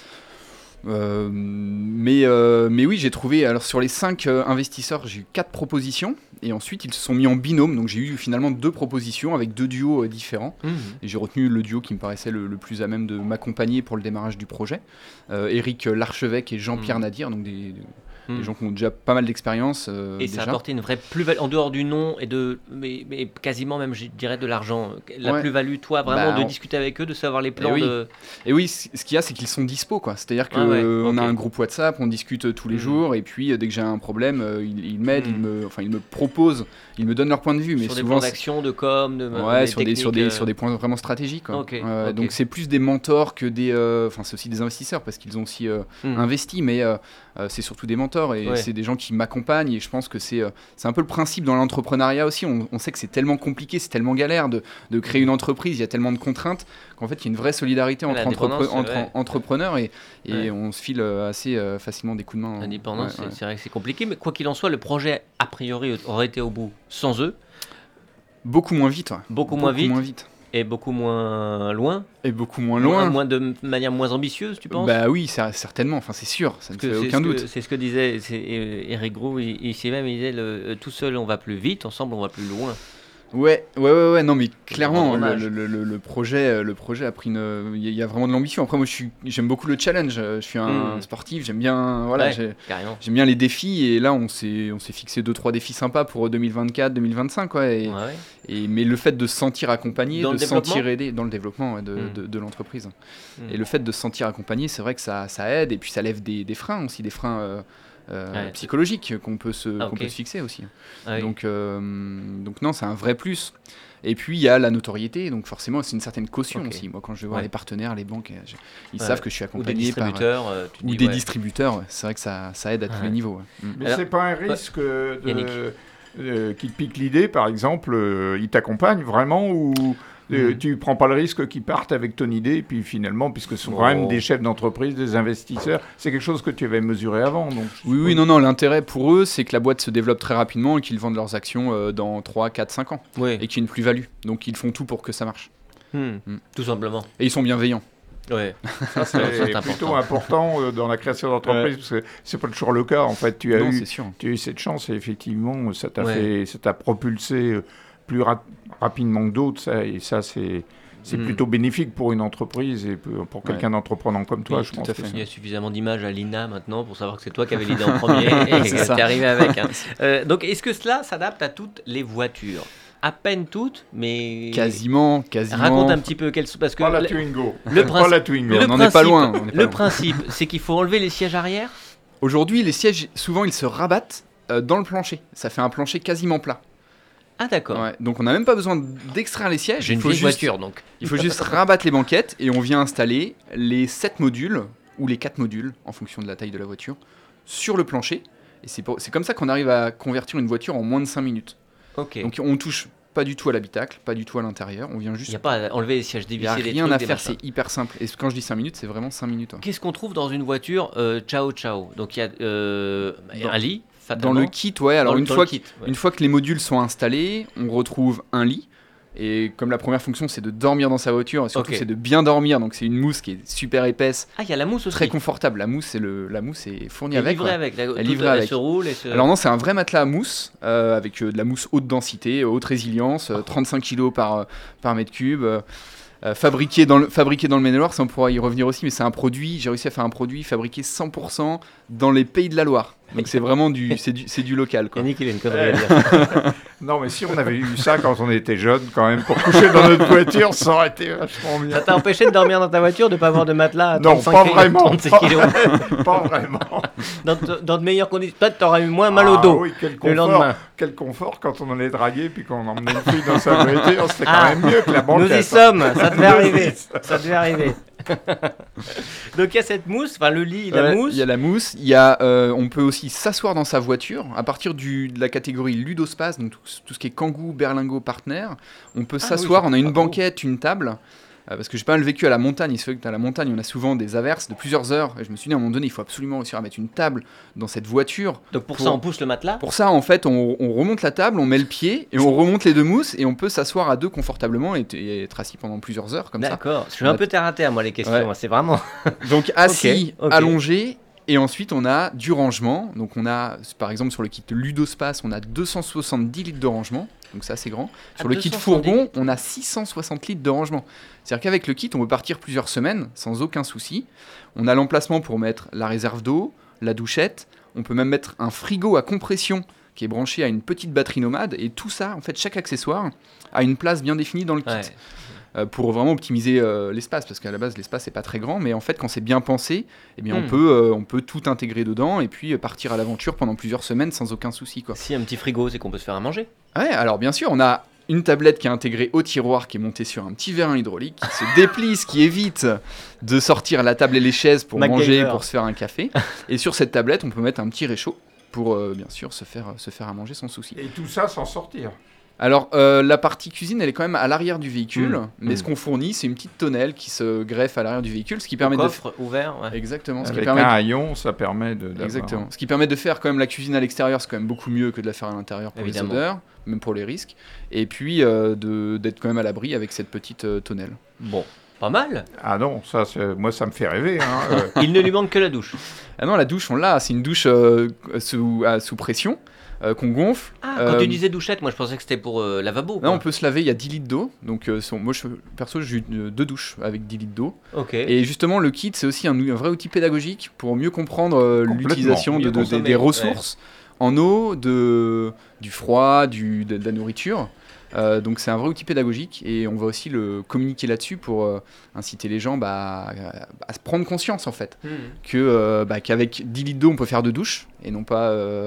Mais oui, j'ai trouvé, alors sur les 5 investisseurs, j'ai eu 4 propositions et ensuite ils se sont mis en binôme, donc j'ai eu finalement 2 propositions avec 2 duos différents et j'ai retenu le duo qui me paraissait le plus à même de m'accompagner pour le démarrage du projet, Éric Larchevêque et Jean-Pierre Nadir, donc des gens qui ont déjà pas mal d'expérience. Et ça a apporté une vraie plus-value, en dehors du nom et mais quasiment même, je dirais, de l'argent. La plus-value, toi, vraiment, de discuter avec eux, de savoir les plans. Et oui, ce qu'il y a, c'est qu'ils sont dispo, quoi. C'est-à-dire qu'on a un groupe WhatsApp, on discute tous les jours, et puis dès que j'ai un problème, ils m'aident, ils me proposent, ils me donnent leur point de vue. Mais sur souvent, des plans d'action, de com, sur des points vraiment stratégiques, quoi. Donc c'est plus des mentors que des... Enfin, c'est aussi des investisseurs, parce qu'ils ont aussi investi, mais c'est surtout des mentors et Ouais. c'est des gens qui m'accompagnent et je pense que c'est un peu le principe dans l'entrepreneuriat aussi. On sait que c'est tellement compliqué, c'est tellement galère de créer une entreprise, il y a tellement de contraintes qu'en fait il y a une vraie solidarité entre L'indépendance, entrepreneurs et Ouais. on se file assez facilement des coups de main. L'indépendance, Ouais, ouais. c'est vrai que c'est compliqué, mais quoi qu'il en soit, le projet, a priori, aurait été au bout sans eux, Beaucoup moins vite. Ouais. beaucoup moins vite, vite. et beaucoup moins loin, Et beaucoup moins loin. moins de manière moins ambitieuse, tu penses? Bah oui, certainement, enfin c'est sûr, ça ne Parce que fait c'est aucun ce que- doute. C'est ce que disait Eric Gros ici même, il disait tout seul on va plus vite, ensemble on va plus loin. Ouais, non mais clairement grand le projet a pris il y a vraiment de l'ambition. Après moi j'aime beaucoup le challenge, je suis un sportif, j'aime bien Ouais, carrément. j'aime bien les défis et là on s'est fixé 2-3 défis sympas pour 2024-2025 quoi Ouais. mais le fait de se sentir accompagné, Dans de le se sentir développement aidé dans le développement ouais, de l'entreprise. Mm. Et le fait de se sentir accompagné, c'est vrai que ça aide et puis ça lève des freins aussi, des freins Ouais. psychologiques qu'on peut se Ah, ok. fixer aussi. Ah oui. Donc non, c'est un vrai plus. Et puis il y a la notoriété, donc forcément c'est une certaine caution Ok. aussi. Moi quand je vais voir Ouais. les partenaires, les banques, ils Ouais. savent que je suis Ou des accompagné par distributeurs, tu ou dis, des ouais. distributeurs. Ouais. C'est vrai que ça aide à tous Ouais. les niveaux. Ouais. Mais Alors, c'est pas un risque Yannick. qui te pique l'idée, par exemple, il t'accompagne vraiment ou tu prends pas le risque qu'ils partent avec ton idée et puis finalement, puisque ce sont quand même des chefs d'entreprise, des investisseurs, c'est quelque chose que tu avais mesuré avant. Donc, Oui, non, l'intérêt pour eux, c'est que la boîte se développe très rapidement et qu'ils vendent leurs actions dans 3, 4, 5 ans Oui. et qu'il y ait une plus-value. Donc ils font tout pour que ça marche. Tout simplement. Et ils sont bienveillants. Ouais. Ça, c'est plutôt important dans la création d'entreprise parce que c'est pas toujours le cas. En fait, tu as Non, eu c'est sûr. cette chance et effectivement, ça t'a Ouais. ça t'a propulsé plus rapidement que d'autres. Et ça, c'est Mm. plutôt bénéfique pour une entreprise et pour quelqu'un d'entreprenant comme toi, Oui, je tout pense. à que fait. Il y a suffisamment d'images à l'INA maintenant pour savoir que c'est toi qui avais l'idée en premier et C'est que ça. tu es arrivé avec. Hein. Donc, est-ce que cela s'adapte à toutes les voitures? À peine toutes, mais... Quasiment. Raconte un petit peu parce que Pas la Twingo. le Pas principe- la Twingo. on n'en est pas loin, on n'est pas Le loin. principe, c'est qu'il faut enlever les sièges arrière. Aujourd'hui, les sièges, souvent, ils se rabattent dans le plancher. Ça fait un plancher quasiment plat. Ah d'accord. Ouais, donc on n'a même pas besoin d'extraire les sièges. J'ai une il faut vieille juste, voiture donc. Il faut juste rabattre les banquettes et on vient installer les 7 modules ou les 4 modules en fonction de la taille de la voiture sur le plancher. Et c'est comme ça qu'on arrive à convertir une voiture en moins de 5 minutes. Ok. Donc on touche pas du tout à l'habitacle, pas du tout à l'intérieur. On vient Il juste. n'y a pas à enlever les sièges Il n'y a dévissés, les rien trucs, à des faire, machins. c'est hyper simple. Et quand je dis 5 minutes, c'est vraiment 5 minutes. Ouais. Qu'est-ce qu'on trouve dans une voiture ciao ciao? Donc il y a un lit, Dans fatalement. le kit, ouais. Alors Dans une le fois, kit, ouais. une fois que les modules sont installés, on retrouve un lit. Et comme la première fonction c'est de dormir dans sa voiture, et surtout Ok. c'est de bien dormir, donc c'est une mousse qui est super épaisse, Ah, il y a la mousse aussi. très confortable. La mousse est fournie Elle est avec. livrée ouais. avec. Elle est Elle livrée avec. se roule et se... Alors non, c'est un vrai matelas à mousse avec de la mousse haute densité, haute résilience, 35 kg par mètre cube. Fabriqué dans le Maine-et-Loire, ça on pourra y revenir aussi, mais j'ai réussi à faire un produit fabriqué 100% dans les Pays de la Loire. Donc c'est vraiment c'est du local quoi. Yannick, il a une connerie à dire. Non, mais si on avait eu ça quand on était jeune, quand même, pour coucher dans notre voiture, ça aurait été vachement bien. Ça t'a empêché de dormir dans ta voiture, de ne pas avoir de matelas à Non, 35 pas kilos, vraiment. 36 kilos. Pas vraiment. Dans de meilleures conditions. Peut-être t'aurais eu moins mal au dos Oui, quel le confort, lendemain. quel confort quand on allait draguer puis qu'on emmenait une fille dans sa voiture, c'était quand même mieux que la banquette. Nous y sommes, ça devait Nous arriver. y sommes. Ça devait arriver. Donc il y a cette mousse, enfin le lit, la Ouais, mousse. Il y a la mousse, on peut aussi s'asseoir dans sa voiture à partir de la catégorie ludospace, donc tout ce qui est Kangoo, Berlingo, Partner. On peut s'asseoir, oui, on a une pas beau. banquette, une table. Parce que j'ai pas mal vécu à la montagne, il se fait qu'à la montagne on a souvent des averses de plusieurs heures. Et je me suis dit à un moment donné, il faut absolument réussir à mettre une table dans cette voiture. Donc pour ça on pousse le matelas. Pour ça, en fait, on remonte la table, on met le pied et on remonte les deux mousses et on peut s'asseoir à deux confortablement et être assis pendant plusieurs heures comme ça. D'accord, je suis un peu terre à terre moi les questions, Ouais. c'est vraiment... Donc assis, Ok. allongé, et ensuite on a du rangement. Donc on a, par exemple sur le kit Ludospace, on a 270 litres de rangement, donc c'est assez grand. Sur le kit 270 fourgon, on a 660 litres de rangement. C'est-à-dire qu'avec le kit, on peut partir plusieurs semaines sans aucun souci. On a l'emplacement pour mettre la réserve d'eau, la douchette, on peut même mettre un frigo à compression qui est branché à une petite batterie nomade, et tout ça, en fait, chaque accessoire a une place bien définie dans le kit. Ouais. Pour vraiment optimiser l'espace, parce qu'à la base l'espace n'est pas très grand, mais en fait quand c'est bien pensé, eh bien, Hmm. on peut tout intégrer dedans et puis partir à l'aventure pendant plusieurs semaines sans aucun souci quoi. Si un petit frigo, c'est qu'on peut se faire à manger. Ouais, alors bien sûr on a une tablette qui est intégrée au tiroir, qui est montée sur un petit vérin hydraulique, qui se déplie, ce qui évite de sortir la table et les chaises pour manger, pour se faire un café. Et sur cette tablette, on peut mettre un petit réchaud pour, bien sûr, se faire à manger sans souci. Et tout ça sans sortir. Alors, la partie cuisine, elle est quand même à l'arrière du véhicule, mais ce qu'on fournit, c'est une petite tonnelle qui se greffe à l'arrière du véhicule, ce qui permet coffre ouvert, ouais. Exactement. Avec un haillon, ça permet d'avoir... Exactement. Ce qui permet de faire quand même la cuisine à l'extérieur, c'est quand même beaucoup mieux que de la faire à l'intérieur pour Évidemment. les odeurs, même pour les risques. Et puis, d'être quand même à l'abri avec cette petite tonnelle. Bon, pas mal. Ah non, moi ça me fait rêver. Hein. Il ne lui manque que la douche. Ah non, la douche, on l'a. C'est une douche sous pression. Qu'on gonfle. Quand tu disais douchette, moi je pensais que c'était pour lavabo. Là, on peut se laver, il y a 10 litres d'eau. Donc, moi, perso, j'ai eu 2 douches avec 10 litres d'eau. Ok. Et justement, le kit, c'est aussi un vrai outil pédagogique pour mieux comprendre l'utilisation des ressources en eau, du froid, de la nourriture. Donc, c'est un vrai outil pédagogique et on va aussi le communiquer là-dessus pour inciter les gens à se prendre conscience, en fait, qu'avec 10 litres d'eau, on peut faire 2 douches et non pas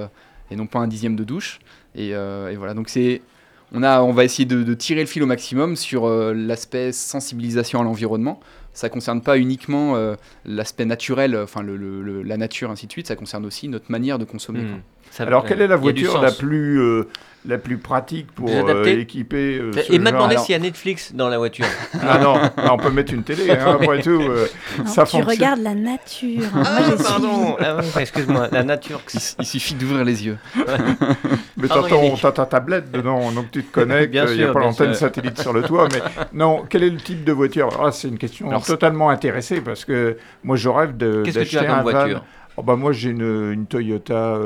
un dixième de douche. Et voilà, donc on va essayer de tirer le fil au maximum sur l'aspect sensibilisation à l'environnement. Ça ne concerne pas uniquement l'aspect naturel, enfin la nature, ainsi de suite, ça concerne aussi notre manière de consommer. Alors, quelle est la voiture la plus pratique pour équiper Et m'a demandé s'il y a Netflix dans la voiture. Ah non, on peut mettre une télé, hein, après tout. Non, ça tu fonctionne. regardes la nature. Pardon. Excuse-moi, la nature. Il suffit d'ouvrir les yeux. Mais t'as ta tablette dedans, donc tu te connectes, il n'y a pas l'antenne satellite sur le toit. Mais non, quel est le type de voiture ? C'est une question totalement intéressée, parce que moi je rêve d'acheter un van. Moi j'ai une Toyota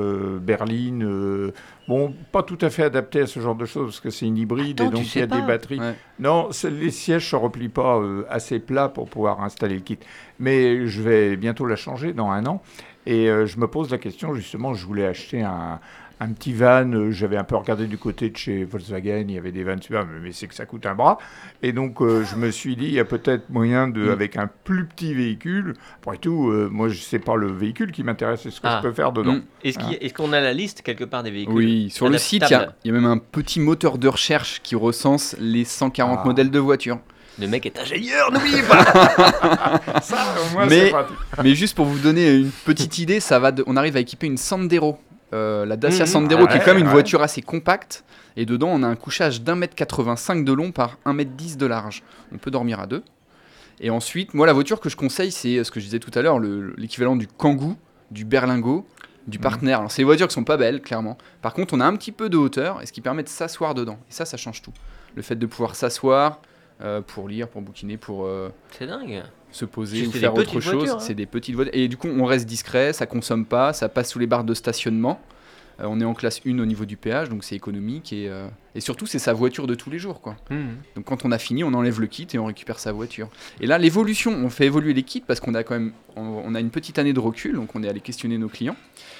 berline, pas tout à fait adaptée à ce genre de choses parce que c'est une hybride et donc il y a des batteries. Ouais. Non, les sièges ne se replient pas assez plats pour pouvoir installer le kit. Mais je vais bientôt la changer dans 1 an et je me pose la question justement, je voulais acheter un petit van, j'avais un peu regardé du côté de chez Volkswagen, il y avait des vans super, mais c'est que ça coûte un bras. Et donc, je me suis dit, il y a peut-être moyen avec un plus petit véhicule. Après tout, moi, c'est pas le véhicule qui m'intéresse, c'est ce que je peux faire dedans. Est-ce qu'on a la liste quelque part des véhicules ? Oui, sur le site, il y a même un petit moteur de recherche qui recense les 140 modèles de voitures. Le mec est ingénieur, n'oubliez pas. Ça, moi, c'est pratique. Mais juste pour vous donner une petite idée, on arrive à équiper une Sandero. La Dacia Sandero qui est quand même une voiture assez compacte et dedans on a un couchage d'1m85 de long par 1m10 de large, on peut dormir à 2 et ensuite moi la voiture que je conseille c'est ce que je disais tout à l'heure, l'équivalent du Kangoo, du Berlingo, du Partner. Alors c'est des voitures qui sont pas belles clairement, par contre on a un petit peu de hauteur et ce qui permet de s'asseoir dedans et ça change tout, le fait de pouvoir s'asseoir pour lire, pour bouquiner, pour c'est dingue, se poser ou faire autre chose, voitures, c'est des petites voitures. Et du coup, on reste discret, ça consomme pas, ça passe sous les barres de stationnement. On est en classe 1 au niveau du péage, donc c'est économique et surtout c'est sa voiture de tous les jours, quoi. Donc quand on a fini, on enlève le kit et on récupère sa voiture. Et là, l'évolution, on fait évoluer les kits parce qu'on a quand même, on a une petite année de recul, donc on est allé questionner nos clients.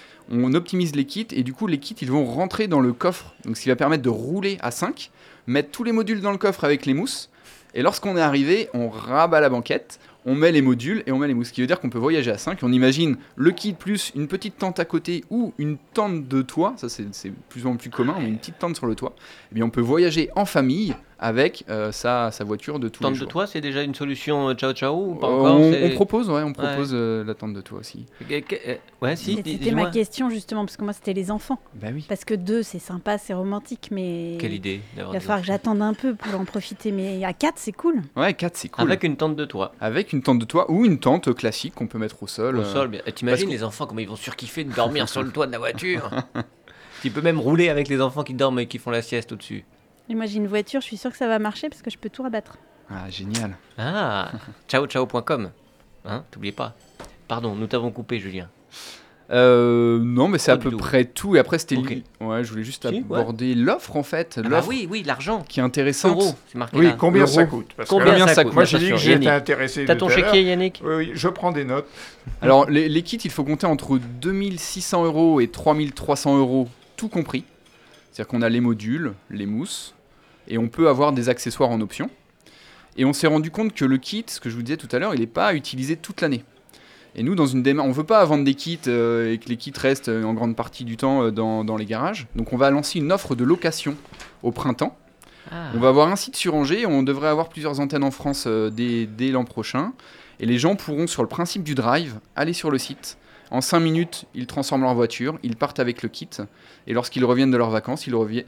On optimise les kits et du coup les kits ils vont rentrer dans le coffre, donc ce qui va permettre de rouler à 5, mettre tous les modules dans le coffre avec les mousses. Et lorsqu'on est arrivé, on rabat la banquette, on met les modules et on met les mousses. Ce qui veut dire qu'on peut voyager à 5. On imagine le kit plus une petite tente à côté ou une tente de toit. Ça, c'est plus ou moins plus commun. On met une petite tente sur le toit. Et bien, on peut voyager en famille avec sa voiture de tous les jours. Tente de toit, c'est déjà une solution ciao ou pas encore on propose la tente de toit aussi. C'était ma question justement, parce que moi c'était les enfants. Bah oui. Parce que 2 c'est sympa, c'est romantique, mais quelle idée il va falloir que j'attende un peu pour en profiter. Mais à 4 c'est cool. Ouais, 4 c'est cool. Avec une tente de toit. Avec une tente de toit ou une tente classique qu'on peut mettre au sol. Au sol, bien. T'imagines les enfants comment ils vont surkiffer de dormir sur le toit de la voiture. Tu peux même rouler avec les enfants qui dorment et qui font la sieste au-dessus. Et moi j'ai une voiture, je suis sûre que ça va marcher parce que je peux tout rabattre. Ah, génial. Ah, ciao.com. Hein, t'oublies pas. Pardon, nous t'avons coupé, Julien. Non, mais c'est à peu près tout. Et après, c'était. Okay. Ouais, je voulais juste aborder l'offre en fait. Ah, l'offre bah oui, l'argent. Qui est intéressante. Euros, c'est marqué oui, là. combien ça coûte parce combien ça coûte. Moi, j'ai dit que j'étais intéressé. T'as ton chéquier, Yannick ? Oui, je prends des notes. Alors, les kits, il faut compter entre 2600 € et 3300 €, tout compris. C'est-à-dire qu'on a les modules, les mousses, et on peut avoir des accessoires en option. Et on s'est rendu compte que le kit, ce que je vous disais tout à l'heure, il n'est pas utilisé toute l'année. Et nous, dans une démarche, on ne veut pas vendre des kits et que les kits restent en grande partie du temps dans les garages. Donc on va lancer une offre de location au printemps Ah. On va avoir un site sur Angers, on devrait avoir plusieurs antennes en France dès l'an prochain. Et les gens pourront, sur le principe du drive, aller sur le site. En 5 minutes, ils transforment leur voiture, ils partent avec le kit. Et lorsqu'ils reviennent de leurs vacances,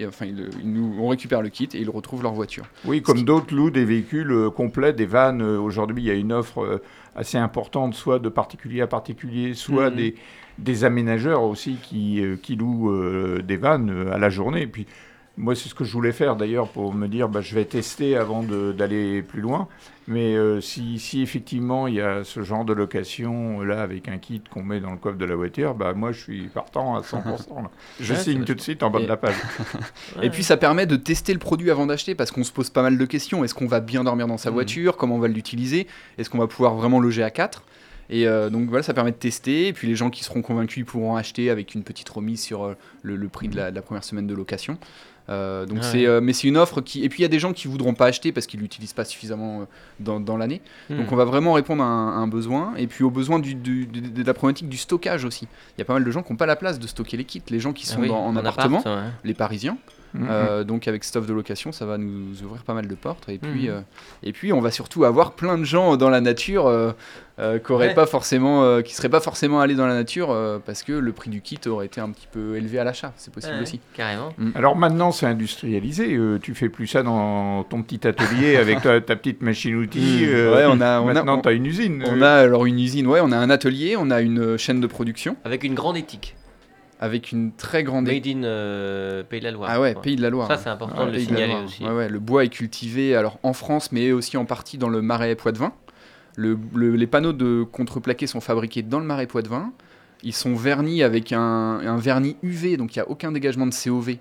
on récupère le kit et ils retrouvent leur voiture. Oui, comme d'autres louent des véhicules complets, des vannes. Aujourd'hui, il y a une offre assez importante, soit de particulier à particulier, soit des aménageurs aussi qui louent des vannes à la journée. Et puis, moi, c'est ce que je voulais faire d'ailleurs pour me dire je vais tester avant d'aller plus loin. Mais si effectivement il y a ce genre de location là avec un kit qu'on met dans le coffre de la voiture, moi je suis partant à 100%. Là. Je signe tout de suite en bas de la page. Et puis ça permet de tester le produit avant d'acheter parce qu'on se pose pas mal de questions. Est-ce qu'on va bien dormir dans sa voiture ? Comment on va l'utiliser ? Est-ce qu'on va pouvoir vraiment loger à 4 ? Et donc voilà, ça permet de tester. Et puis les gens qui seront convaincus ils pourront acheter avec une petite remise sur le prix de la première semaine de location. Mais c'est une offre qui... Et puis il y a des gens qui ne voudront pas acheter parce qu'ils ne l'utilisent pas suffisamment dans l'année. Donc on va vraiment répondre à un besoin. Et puis au besoin de la problématique du stockage aussi. Il y a pas mal de gens qui n'ont pas la place de stocker les kits. Les gens qui sont en appartement, les Parisiens. Donc avec cette offre de location, ça va nous ouvrir pas mal de portes. Et puis on va surtout avoir plein de gens dans la nature qui seraient pas forcément allés dans la nature parce que le prix du kit aurait été un petit peu élevé à l'achat. C'est possible aussi. Carrément. Alors maintenant c'est industrialisé. Tu fais plus ça dans ton petit atelier avec ta petite machine-outil. Maintenant tu as une usine. On a alors une usine. On a un atelier. On a une chaîne de production avec une grande éthique. Avec une très grande... Made in Pays de la Loire. Ah ouais, Pays de la Loire. Ça, c'est important de le signaler aussi. Le bois est cultivé alors, en France, mais aussi en partie dans le Marais Poitevin. Les panneaux de contreplaqué sont fabriqués dans le Marais Poitevin. Ils sont vernis avec un vernis UV, donc il n'y a aucun dégagement de COV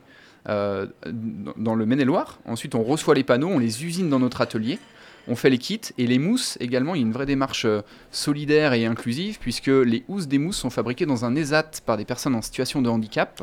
dans le Maine-et-Loire. Ensuite, on reçoit les panneaux, on les usine dans notre atelier. On fait les kits et les mousses également, il y a une vraie démarche solidaire et inclusive puisque les housses des mousses sont fabriquées dans un ESAT par des personnes en situation de handicap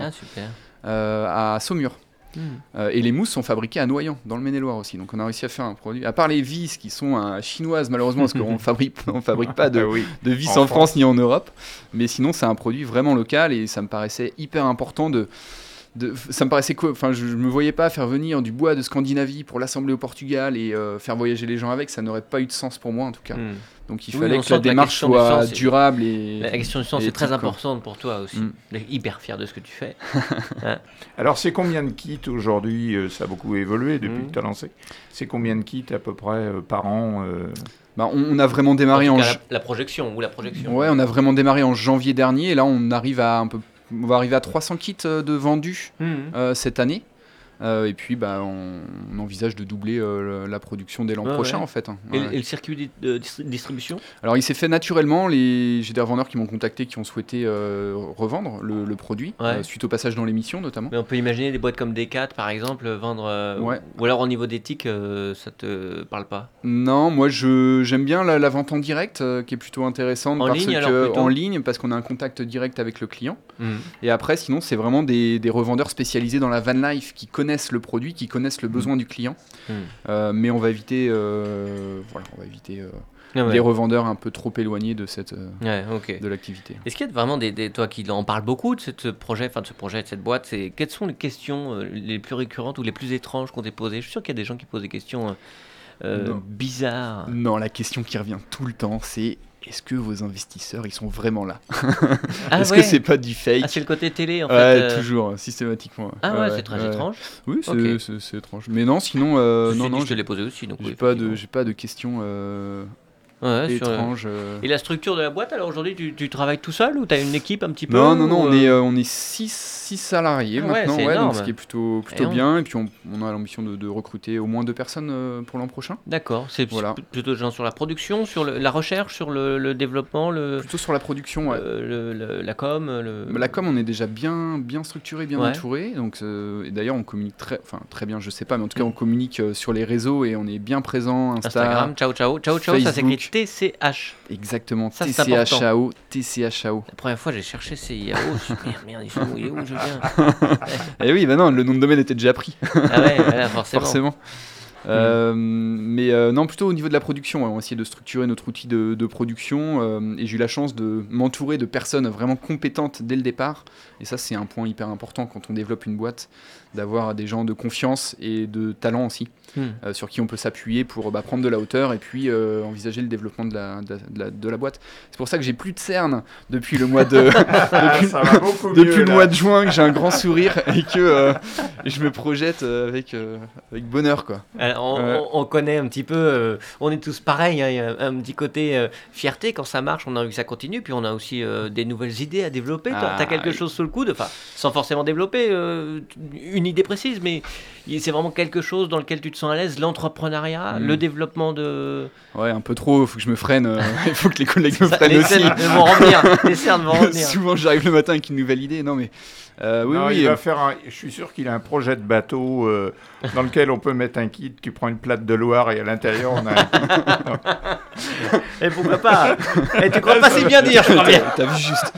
à Saumur. Et les mousses sont fabriquées à Noyant, dans le Maine-et-Loire aussi. Donc on a réussi à faire un produit, à part les vis qui sont chinoises malheureusement parce qu'on fabrique pas de vis en France ni en Europe, mais sinon c'est un produit vraiment local et ça me paraissait hyper important ça me paraissait je me voyais pas faire venir du bois de Scandinavie pour l'assembler au Portugal et faire voyager les gens avec, ça n'aurait pas eu de sens pour moi en tout cas. Donc il fallait que la démarche soit durable et la question du sens est très importante pour toi aussi. Je suis hyper fier de ce que tu fais. Alors c'est combien de kits aujourd'hui ça a beaucoup évolué depuis que tu as lancé. C'est combien de kits à peu près par an on a vraiment démarré la projection. Ouais, on a vraiment démarré en janvier dernier et là on va arriver à 300 kits de vendus cette année. Et puis on envisage de doubler la production dès l'an prochain en fait. Et le circuit de distribution ? Alors il s'est fait naturellement, j'ai des revendeurs qui m'ont contacté qui ont souhaité revendre le produit suite au passage dans l'émission notamment. Mais on peut imaginer des boîtes comme Decat par exemple vendre ou alors au niveau d'éthique ça te parle pas ? Non, moi j'aime bien la vente en direct qui est plutôt intéressante en ligne parce qu'on a un contact direct avec le client. Et après sinon c'est vraiment des revendeurs spécialisés dans la van life qui connaissent le produit, qui connaissent le besoin du client. Mais on va éviter les revendeurs un peu trop éloignés de de l'activité. Est-ce qu'il y a vraiment toi qui en parles beaucoup de ce projet, de cette boîte, quelles sont les questions les plus récurrentes ou les plus étranges qu'on t'ait posées ? Je suis sûr qu'il y a des gens qui posent des questions bizarres. Non, la question qui revient tout le temps, c'est est-ce que vos investisseurs, ils sont vraiment là ? Est-ce que c'est pas du fake ? C'est le côté télé, en fait. Toujours, systématiquement. C'est très étrange. Oui, c'est étrange. Mais non, sinon... je te l'ai posé aussi. Donc j'ai pas de questions étranges. Et la structure de la boîte, alors aujourd'hui, tu travailles tout seul ou tu as une équipe un petit peu ? Non, on est 6 salariés maintenant, donc ce qui est plutôt bien. Et puis on a l'ambition de recruter au moins 2 personnes pour l'an prochain. D'accord, c'est plutôt des gens sur la production, sur la recherche, sur le développement Plutôt sur la production, la com La com, on est déjà bien structuré, bien entouré. Donc, et d'ailleurs, on communique très bien, je sais pas, mais en tout cas, on communique sur les réseaux et on est bien présent. Instagram, ciao, Facebook. Ça s'écrit TCH. Exactement, ça, TCHAO. La première fois, j'ai cherché CIAO, je me suis dit, merde, il est où, je viens. Et oui, non, le nom de domaine était déjà pris. Forcément. Mais non, plutôt au niveau de la production, on va essayer de structurer notre outil de production et j'ai eu la chance de m'entourer de personnes vraiment compétentes dès le départ. Et ça, c'est un point hyper important quand on développe une boîte, d'avoir des gens de confiance et de talent aussi, sur qui on peut s'appuyer pour prendre de la hauteur et puis envisager le développement de la boîte. C'est pour ça que j'ai plus de cernes depuis le mois de depuis le mois de juin, que j'ai un grand sourire et que je me projette avec bonheur, quoi. Alors, on connaît un petit peu, on est tous pareils, hein, il y a un petit côté fierté quand ça marche, on a envie que ça continue, puis on a aussi des nouvelles idées à développer. T'as quelque chose sous le coude, enfin, sans forcément développer une idée précise, mais c'est vraiment quelque chose dans lequel tu te sens à l'aise, l'entrepreneuriat, le développement de... Ouais, un peu trop, il faut que je me freine, il faut que les collègues me freinent aussi. Les cernes vont revenir. Souvent, j'arrive le matin avec une nouvelle idée, non mais... il va faire je suis sûr qu'il a un projet de bateau dans lequel on peut mettre un kit, tu prends une plate de Loire et à l'intérieur on a un kit. Et pourquoi pas. Et tu crois pas si bien dire, je crois bien. T'as vu juste.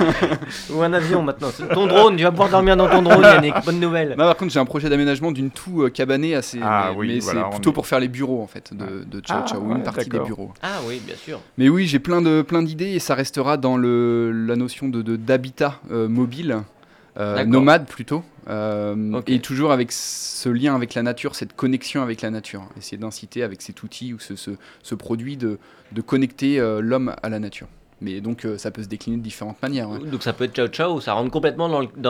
Ou un avion maintenant. Ton drone, tu vas pouvoir dormir dans ton drone, Yannick. Bonne nouvelle. Non, par contre, j'ai un projet d'aménagement d'une toux cabanée assez. Mais voilà, c'est plutôt pour faire les bureaux en fait de Ciao Ciao, une partie des bureaux. Ah oui, bien sûr. Mais oui, j'ai plein d'idées et ça restera dans la notion d'habitat mobile. Nomade plutôt, et toujours avec ce lien avec la nature, cette connexion avec la nature. Essayer d'inciter avec cet outil ou ce produit de connecter l'homme à la nature. Mais donc ça peut se décliner de différentes manières. Ouais. Donc ça peut être Ciao Ciao, ça rentre complètement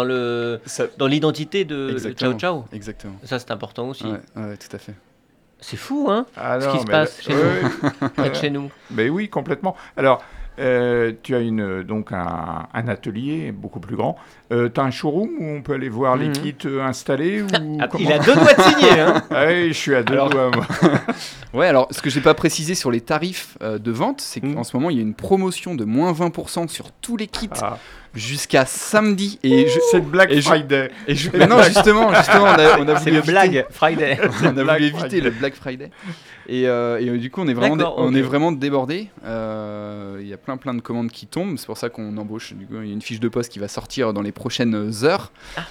dans l'identité de Ciao Ciao. Exactement. Ça c'est important aussi. Ouais, tout à fait. C'est fou, hein, ce qui se passe chez nous, près de chez nous. Mais oui, complètement. Alors, tu as donc un atelier beaucoup plus grand. Tu as un showroom où on peut aller voir les kits installés ou Il a 2 doigts de signer, hein. Ah oui, je suis à 2 doigts, moi. Ouais, alors ce que j'ai pas précisé sur les tarifs de vente, c'est qu'en ce moment il y a une promotion de moins 20% sur tous les kits jusqu'à samedi. C'est le Black Friday. Non, justement, on a voulu c'est le Black Friday. On a voulu éviter le Black Friday. Et du coup, on est vraiment débordé. Il y a plein de commandes qui tombent. C'est pour ça qu'on embauche. Du coup, il y a une fiche de poste qui va sortir dans les prochaines heures.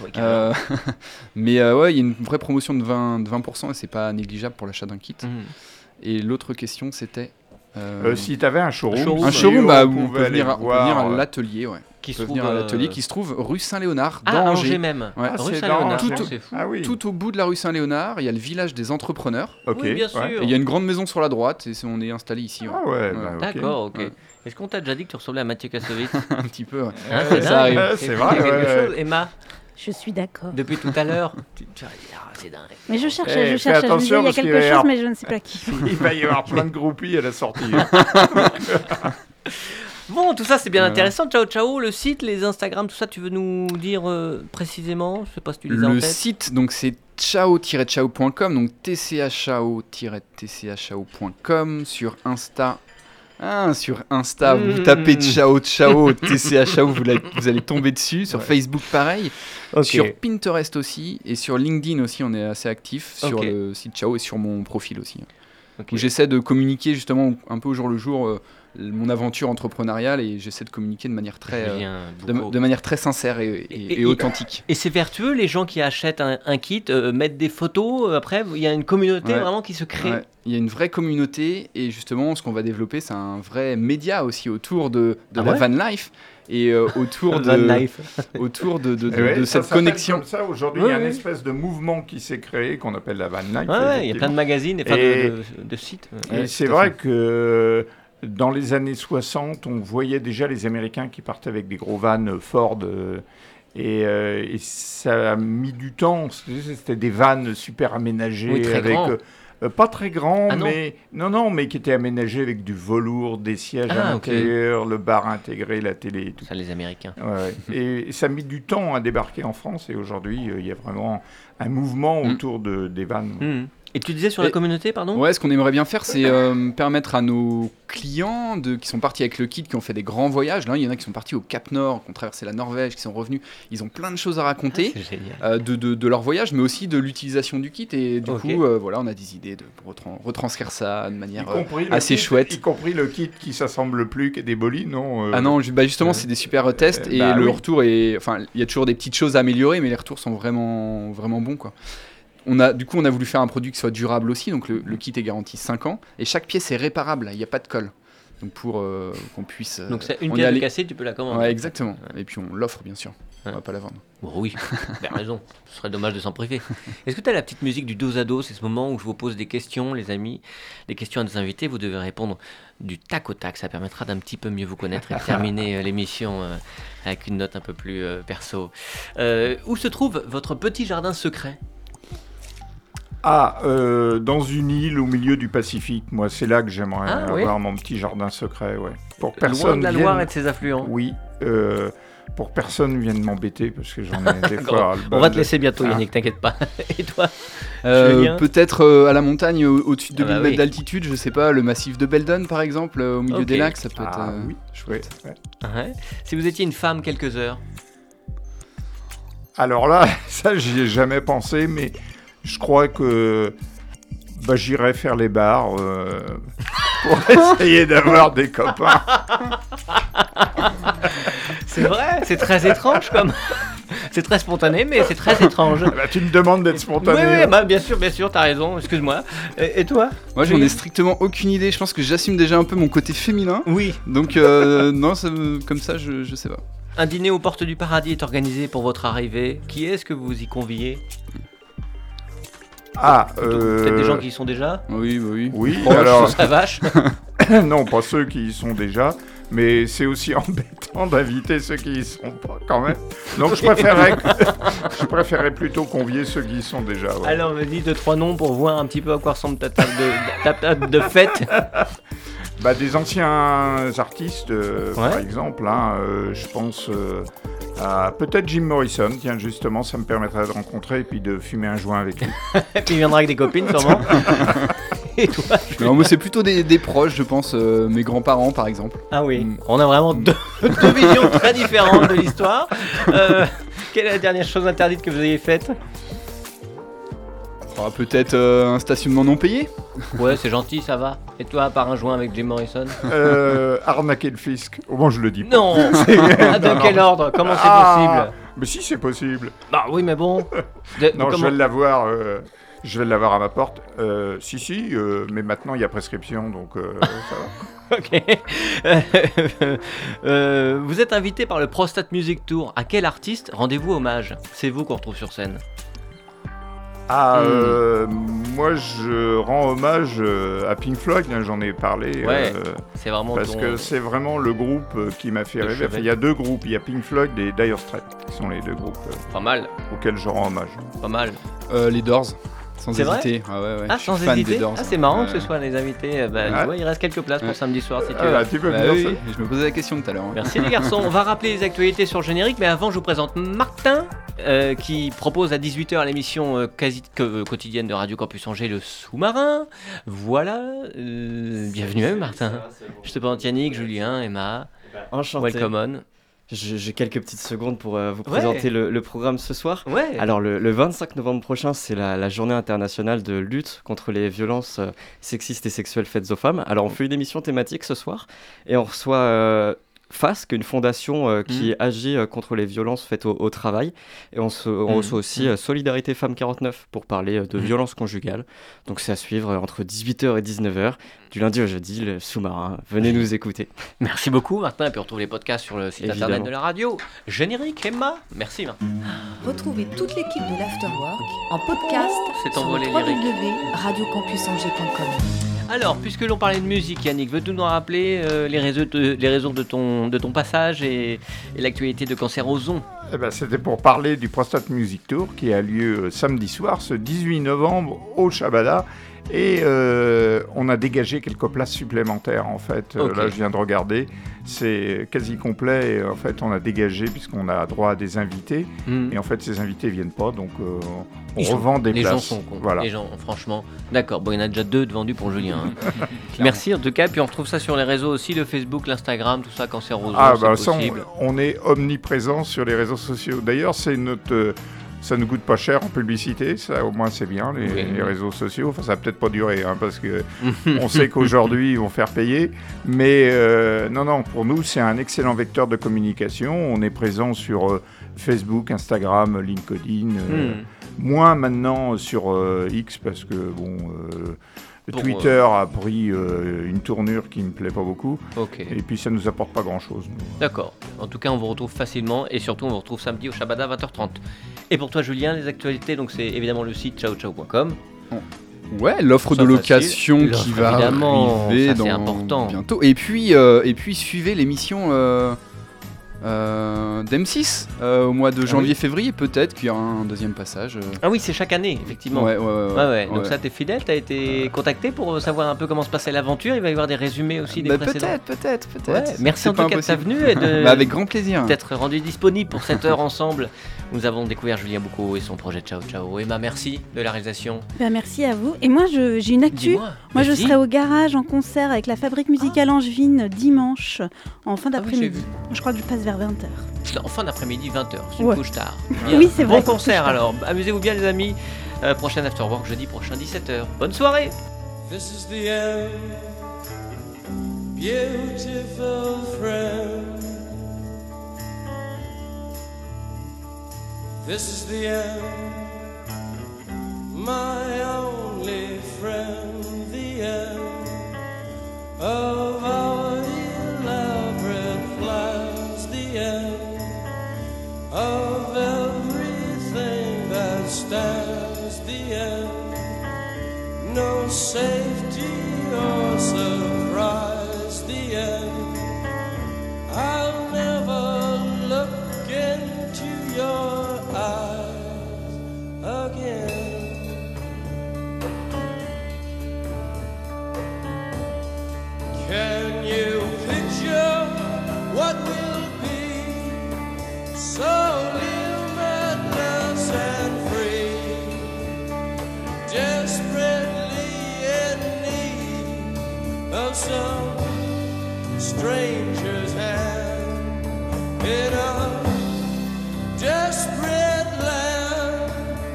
Mais il y a une vraie promotion de 20% et c'est pas négligeable pour l'achat d'un kit. Et l'autre question, c'était si tu avais un showroom. Un showroom, on peut venir à l'atelier, qui se trouve rue Saint-Léonard, dans Angers même. Ouais. Rue Saint-Léonard, c'est fou. Tout au bout de la rue Saint-Léonard, il y a le village des entrepreneurs. Oui, bien sûr. Et il y a une grande maison sur la droite et on est installé ici. D'accord, ok. Est-ce qu'on t'a déjà dit que tu ressemblais à Mathieu Kassovitz? Un petit peu, ça arrive. C'est vrai, quelque chose, Emma? Je suis d'accord. Depuis tout à l'heure, c'est dingue. Mais je cherche. Je me disais, il y a quelque chose, mais je ne sais pas qui. Il va y avoir plein de groupies à la sortie. Bon, tout ça c'est bien intéressant. Ciao Ciao, le site, les Instagram, tout ça, tu veux nous dire précisément? Je sais pas si tu les as en tête. Le site, donc c'est ciao-ciao.com, donc tchao-tchao.com sur Insta. Sur Insta, vous tapez Ciao Ciao, TCHAO, vous allez tomber dessus. Sur Facebook, pareil. Sur Pinterest aussi. Et sur LinkedIn aussi, on est assez actif sur le site Ciao et sur mon profil aussi. Où j'essaie de communiquer justement un peu au jour le jour mon aventure entrepreneuriale et j'essaie de communiquer de manière très, de manière très sincère et authentique. Et c'est vertueux, les gens qui achètent un kit, mettent des photos, après il y a une communauté vraiment qui se crée. Il y a une vraie communauté et justement ce qu'on va développer c'est un vrai média aussi autour de la van life. Et autour de cette connexion. Comme ça, aujourd'hui, il y a une espèce de mouvement qui s'est créé qu'on appelle la van life. Il y a plein de magazines et de sites. Et c'est vrai que dans les années 60, on voyait déjà les Américains qui partaient avec des gros vannes Ford. Et ça a mis du temps. C'était des vannes super aménagées. Très grands. Pas très grand, mais mais qui était aménagé avec du velours, des sièges à l'intérieur, le bar intégré, la télé et tout. Ça, les Américains. Et ça a mis du temps à débarquer en France et aujourd'hui, il y a vraiment un mouvement autour des vannes. Et tu disais sur la communauté, pardon ? Ouais, ce qu'on aimerait bien faire, c'est permettre à nos clients qui sont partis avec le kit, qui ont fait des grands voyages. Là, il y en a qui sont partis au Cap Nord, qui ont traversé la Norvège, qui sont revenus. Ils ont plein de choses à raconter de leur voyage, mais aussi de l'utilisation du kit. Et du coup, voilà, on a des idées de retranscrire ça de manière assez chouette. Y compris le kit qui s'assemble plus que des bolis, non Ah non, justement, c'est des super tests. Le retour est... Enfin, il y a toujours des petites choses à améliorer, mais les retours sont vraiment, vraiment bons, quoi. On a voulu faire un produit qui soit durable aussi, donc le kit est garanti 5 ans, et chaque pièce est réparable, il n'y a pas de colle. Donc pour qu'on puisse... Donc c'est une pièce de cassée, tu peux la commander. Ouais, exactement. Et puis on l'offre, bien sûr. On va pas la vendre. Bon, oui, tu as raison. Ce serait dommage de s'en priver. Est-ce que tu as la petite musique du dos à dos? C'est ce moment où je vous pose des questions, les amis, des questions à nos invités. Vous devez répondre du tac au tac. Ça permettra d'un petit peu mieux vous connaître et de terminer l'émission avec une note un peu plus perso. Où se trouve votre petit jardin secret? Dans une île au milieu du Pacifique. Moi, c'est là que j'aimerais avoir mon petit jardin secret. Ouais. Pour que personne loin de la Loire et de ses affluents. Oui. Pour que personne vienne m'embêter, parce que j'en ai des fois... On va te laisser bientôt, Yannick, t'inquiète pas. Et toi, peut-être à la montagne, au-dessus de 2000 mètres oui. d'altitude, je sais pas, le massif de Beldon, par exemple, au milieu des lacs, ça peut être... oui, chouette. Ouais. Ouais. Si vous étiez une femme quelques heures? Alors là, ça, j'y ai jamais pensé, mais je crois que j'irai faire les bars pour essayer d'avoir des copains. C'est vrai, c'est très étrange comme... C'est très spontané, mais c'est très étrange. Tu me demandes d'être spontané. Oui, bien sûr, t'as raison, excuse-moi. Et toi? Moi, j'en ai strictement aucune idée. Je pense que j'assume déjà un peu mon côté féminin. Oui. Donc, non, comme ça, je sais pas. Un dîner aux portes du paradis est organisé pour votre arrivée. Qui est-ce que vous y conviez? Peut-être des gens qui y sont déjà? Oui. Oui, alors... Ça vache. Non, pas ceux qui y sont déjà. Mais c'est aussi embêtant d'inviter ceux qui y sont pas, quand même. Donc je préférerais plutôt convier ceux qui y sont déjà. Ouais. Alors, me dis 2-3 noms pour voir un petit peu à quoi ressemble ta table de fête. Des anciens artistes, par exemple. Je pense à peut-être Jim Morrison. Tiens, justement, ça me permettrait de rencontrer et puis de fumer un joint avec lui. Et puis il viendra avec des copines, sûrement. Et toi? Non, moi, c'est plutôt des proches, je pense, mes grands-parents, par exemple. Ah oui, on a vraiment deux visions très différentes de l'histoire. Quelle est la dernière chose interdite que vous ayez faite? Peut-être un stationnement non payé. Ouais, c'est gentil, ça va. Et toi, à part un joint avec Jim Morrison? Arnaquer le fisc. Au moins, je le dis pas. Non. Dans quel ordre? Comment c'est possible? Mais si, c'est possible. Bah oui, mais bon. Non, je vais l'avoir. Je vais l'avoir à ma porte. Si, mais maintenant il y a prescription, donc ça va. Ok. Vous êtes invité par le Prostate Music Tour. À quel artiste rendez-vous hommage? C'est vous qu'on retrouve sur scène. Moi je rends hommage à Pink Floyd, j'en ai parlé. Ouais, c'est vraiment parce que c'est vraiment le groupe qui m'a fait rêver. Enfin, il y a deux groupes, il y a Pink Floyd et Dire Straits, qui sont les deux groupes pas mal. Auxquels je rends hommage. Pas mal. Les Doors. Sans hésiter. Ouais. Ah, sans hésiter. C'est marrant que ce soit les invités. Tu vois, il reste quelques places pour samedi soir si tu veux. Tu peux me dire ça. Je me posais la question tout à l'heure. Merci les garçons. On va rappeler les actualités sur le générique, mais avant, je vous présente Martin, qui propose à 18h l'émission quasi quotidienne de Radio Campus Angers, le sous-marin. Voilà. Bienvenue à eux, Martin. Je te présente Yannick, Julien, Emma. Enchanté. Welcome on. J'ai quelques petites secondes pour vous présenter le programme ce soir. Ouais. Alors le 25 novembre prochain, c'est la journée internationale de lutte contre les violences sexistes et sexuelles faites aux femmes. Alors on fait une émission thématique ce soir et on reçoit FASC, une fondation qui agit contre les violences faites au travail. Et on reçoit aussi Solidarité Femmes 49 pour parler de violences conjugales. Donc c'est à suivre entre 18h et 19h, du lundi au jeudi, le sous-marin. Venez nous écouter. Merci beaucoup Martin, et puis retrouvez les podcasts sur le site internet de la radio. Générique, Emma. Merci Martin. Retrouvez toute l'équipe de l'Afterwork en podcast c'est sur envolé lyrique. www.radiocampusangers.com. Alors, puisque l'on parlait de musique, Yannick, veux-tu nous rappeler les raisons de ton passage et l'actualité de Cancer Ozon? C'était pour parler du Prostate Music Tour qui a lieu samedi soir, ce 18 novembre, au Shabada. Et on a dégagé quelques places supplémentaires en fait. Okay. Là je viens de regarder, c'est quasi complet. Et, en fait on a dégagé puisqu'on a droit à des invités. Et en fait ces invités viennent pas, donc on revend des places. Les gens sont cons. Voilà. Les gens, franchement. D'accord, bon il y en a déjà 2 de vendus pour Julien. Hein. Merci en tout cas, puis on retrouve ça sur les réseaux aussi, le Facebook, l'Instagram, tout ça, Cancer Ozon, c'est possible. On est omniprésent sur les réseaux sociaux. D'ailleurs c'est notre... Ça ne coûte pas cher en publicité, ça au moins c'est bien, les réseaux sociaux. Enfin, ça va peut-être pas durer, parce que on sait qu'aujourd'hui ils vont faire payer. Mais non, pour nous c'est un excellent vecteur de communication. On est présent sur Facebook, Instagram, LinkedIn, Moins maintenant sur X parce que Twitter a pris une tournure qui me plaît pas beaucoup. Ok. Et puis ça nous apporte pas grand-chose. D'accord. En tout cas, on vous retrouve facilement et surtout, on vous retrouve samedi au Shabada 20h30. Et pour toi, Julien, les actualités, donc c'est évidemment le site ciao-ciao.com. Ouais, l'offre Ça, de location facile. qui L'offre, va évidemment, arriver ça, c'est important. bientôt. Et puis suivez l'émission d'M6 au mois de janvier-février. Peut-être qu'il y aura un deuxième passage. Ah oui, c'est chaque année, effectivement. Ouais. Donc ça, t'es fidèle, t'as été contacté pour savoir un peu comment se passait l'aventure. Il va y avoir des résumés aussi des précédents. Peut-être. Ouais, merci C'est en pas tout cas de ta impossible. venue et de Avec grand plaisir. d'être rendu disponible pour cette heure ensemble. Nous avons découvert Julien Boucaud et son projet Ciao Ciao. Emma, merci de la réalisation. Ben, merci à vous. Et moi, j'ai une actu. Dis-moi. Moi, je Vas-y. serai au garage en concert avec la Fabrique Musicale Angevine dimanche en fin Ah oui, d'après-midi. j'ai Je crois que je passe vers 20h. En fin d'après-midi, 20h. C'est une Ouais. couche tard. Oui, c'est vrai, Bon couche concert tard. alors. Amusez-vous bien, les amis. Prochain Afterwork jeudi prochain, 17h. Bonne soirée. This is the end, beautiful friend. This is the end, my only friend. The end of our elaborate plans. The end of everything that stands. The end, no safety or surprise. The end, I'll never look into your eyes again. Can you picture what will be so limitless and free? Desperately in need of some stranger's hand in a desperate land.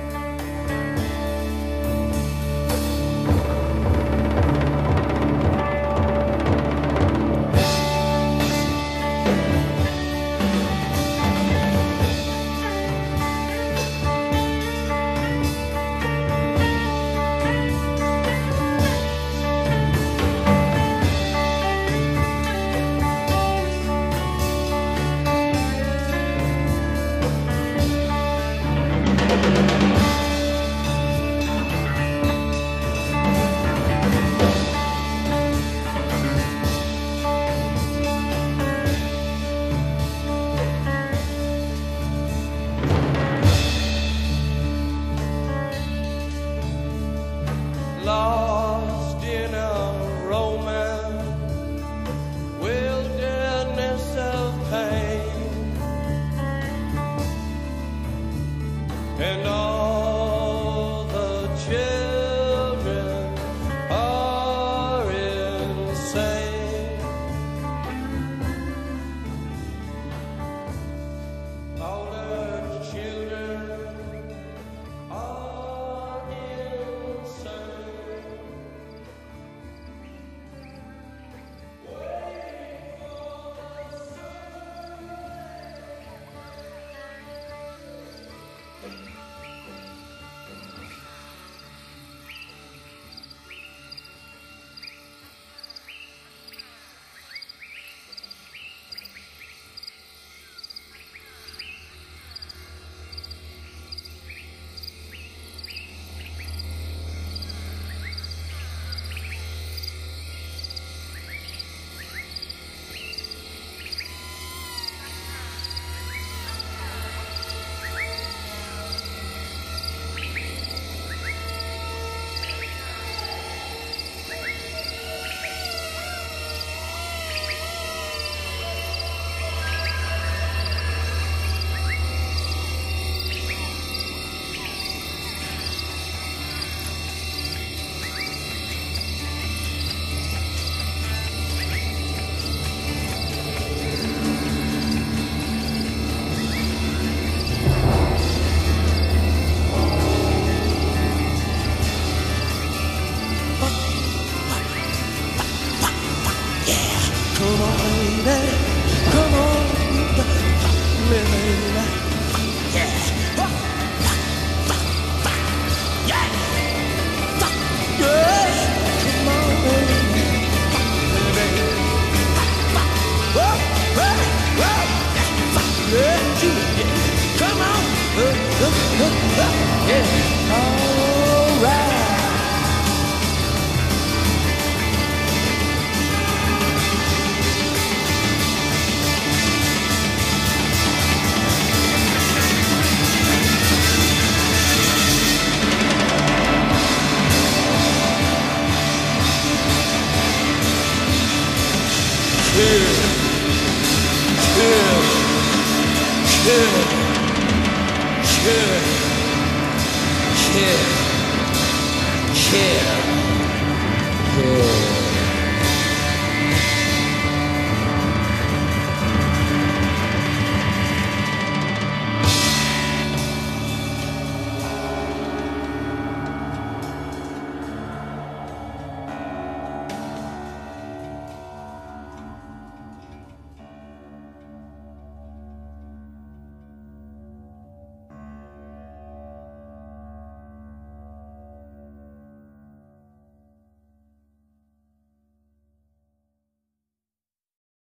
Lost in a romance, wilderness of pain, and all the children are insane. All the children are insane. Come on, baby. Come on, baby. Yeah. Yeah.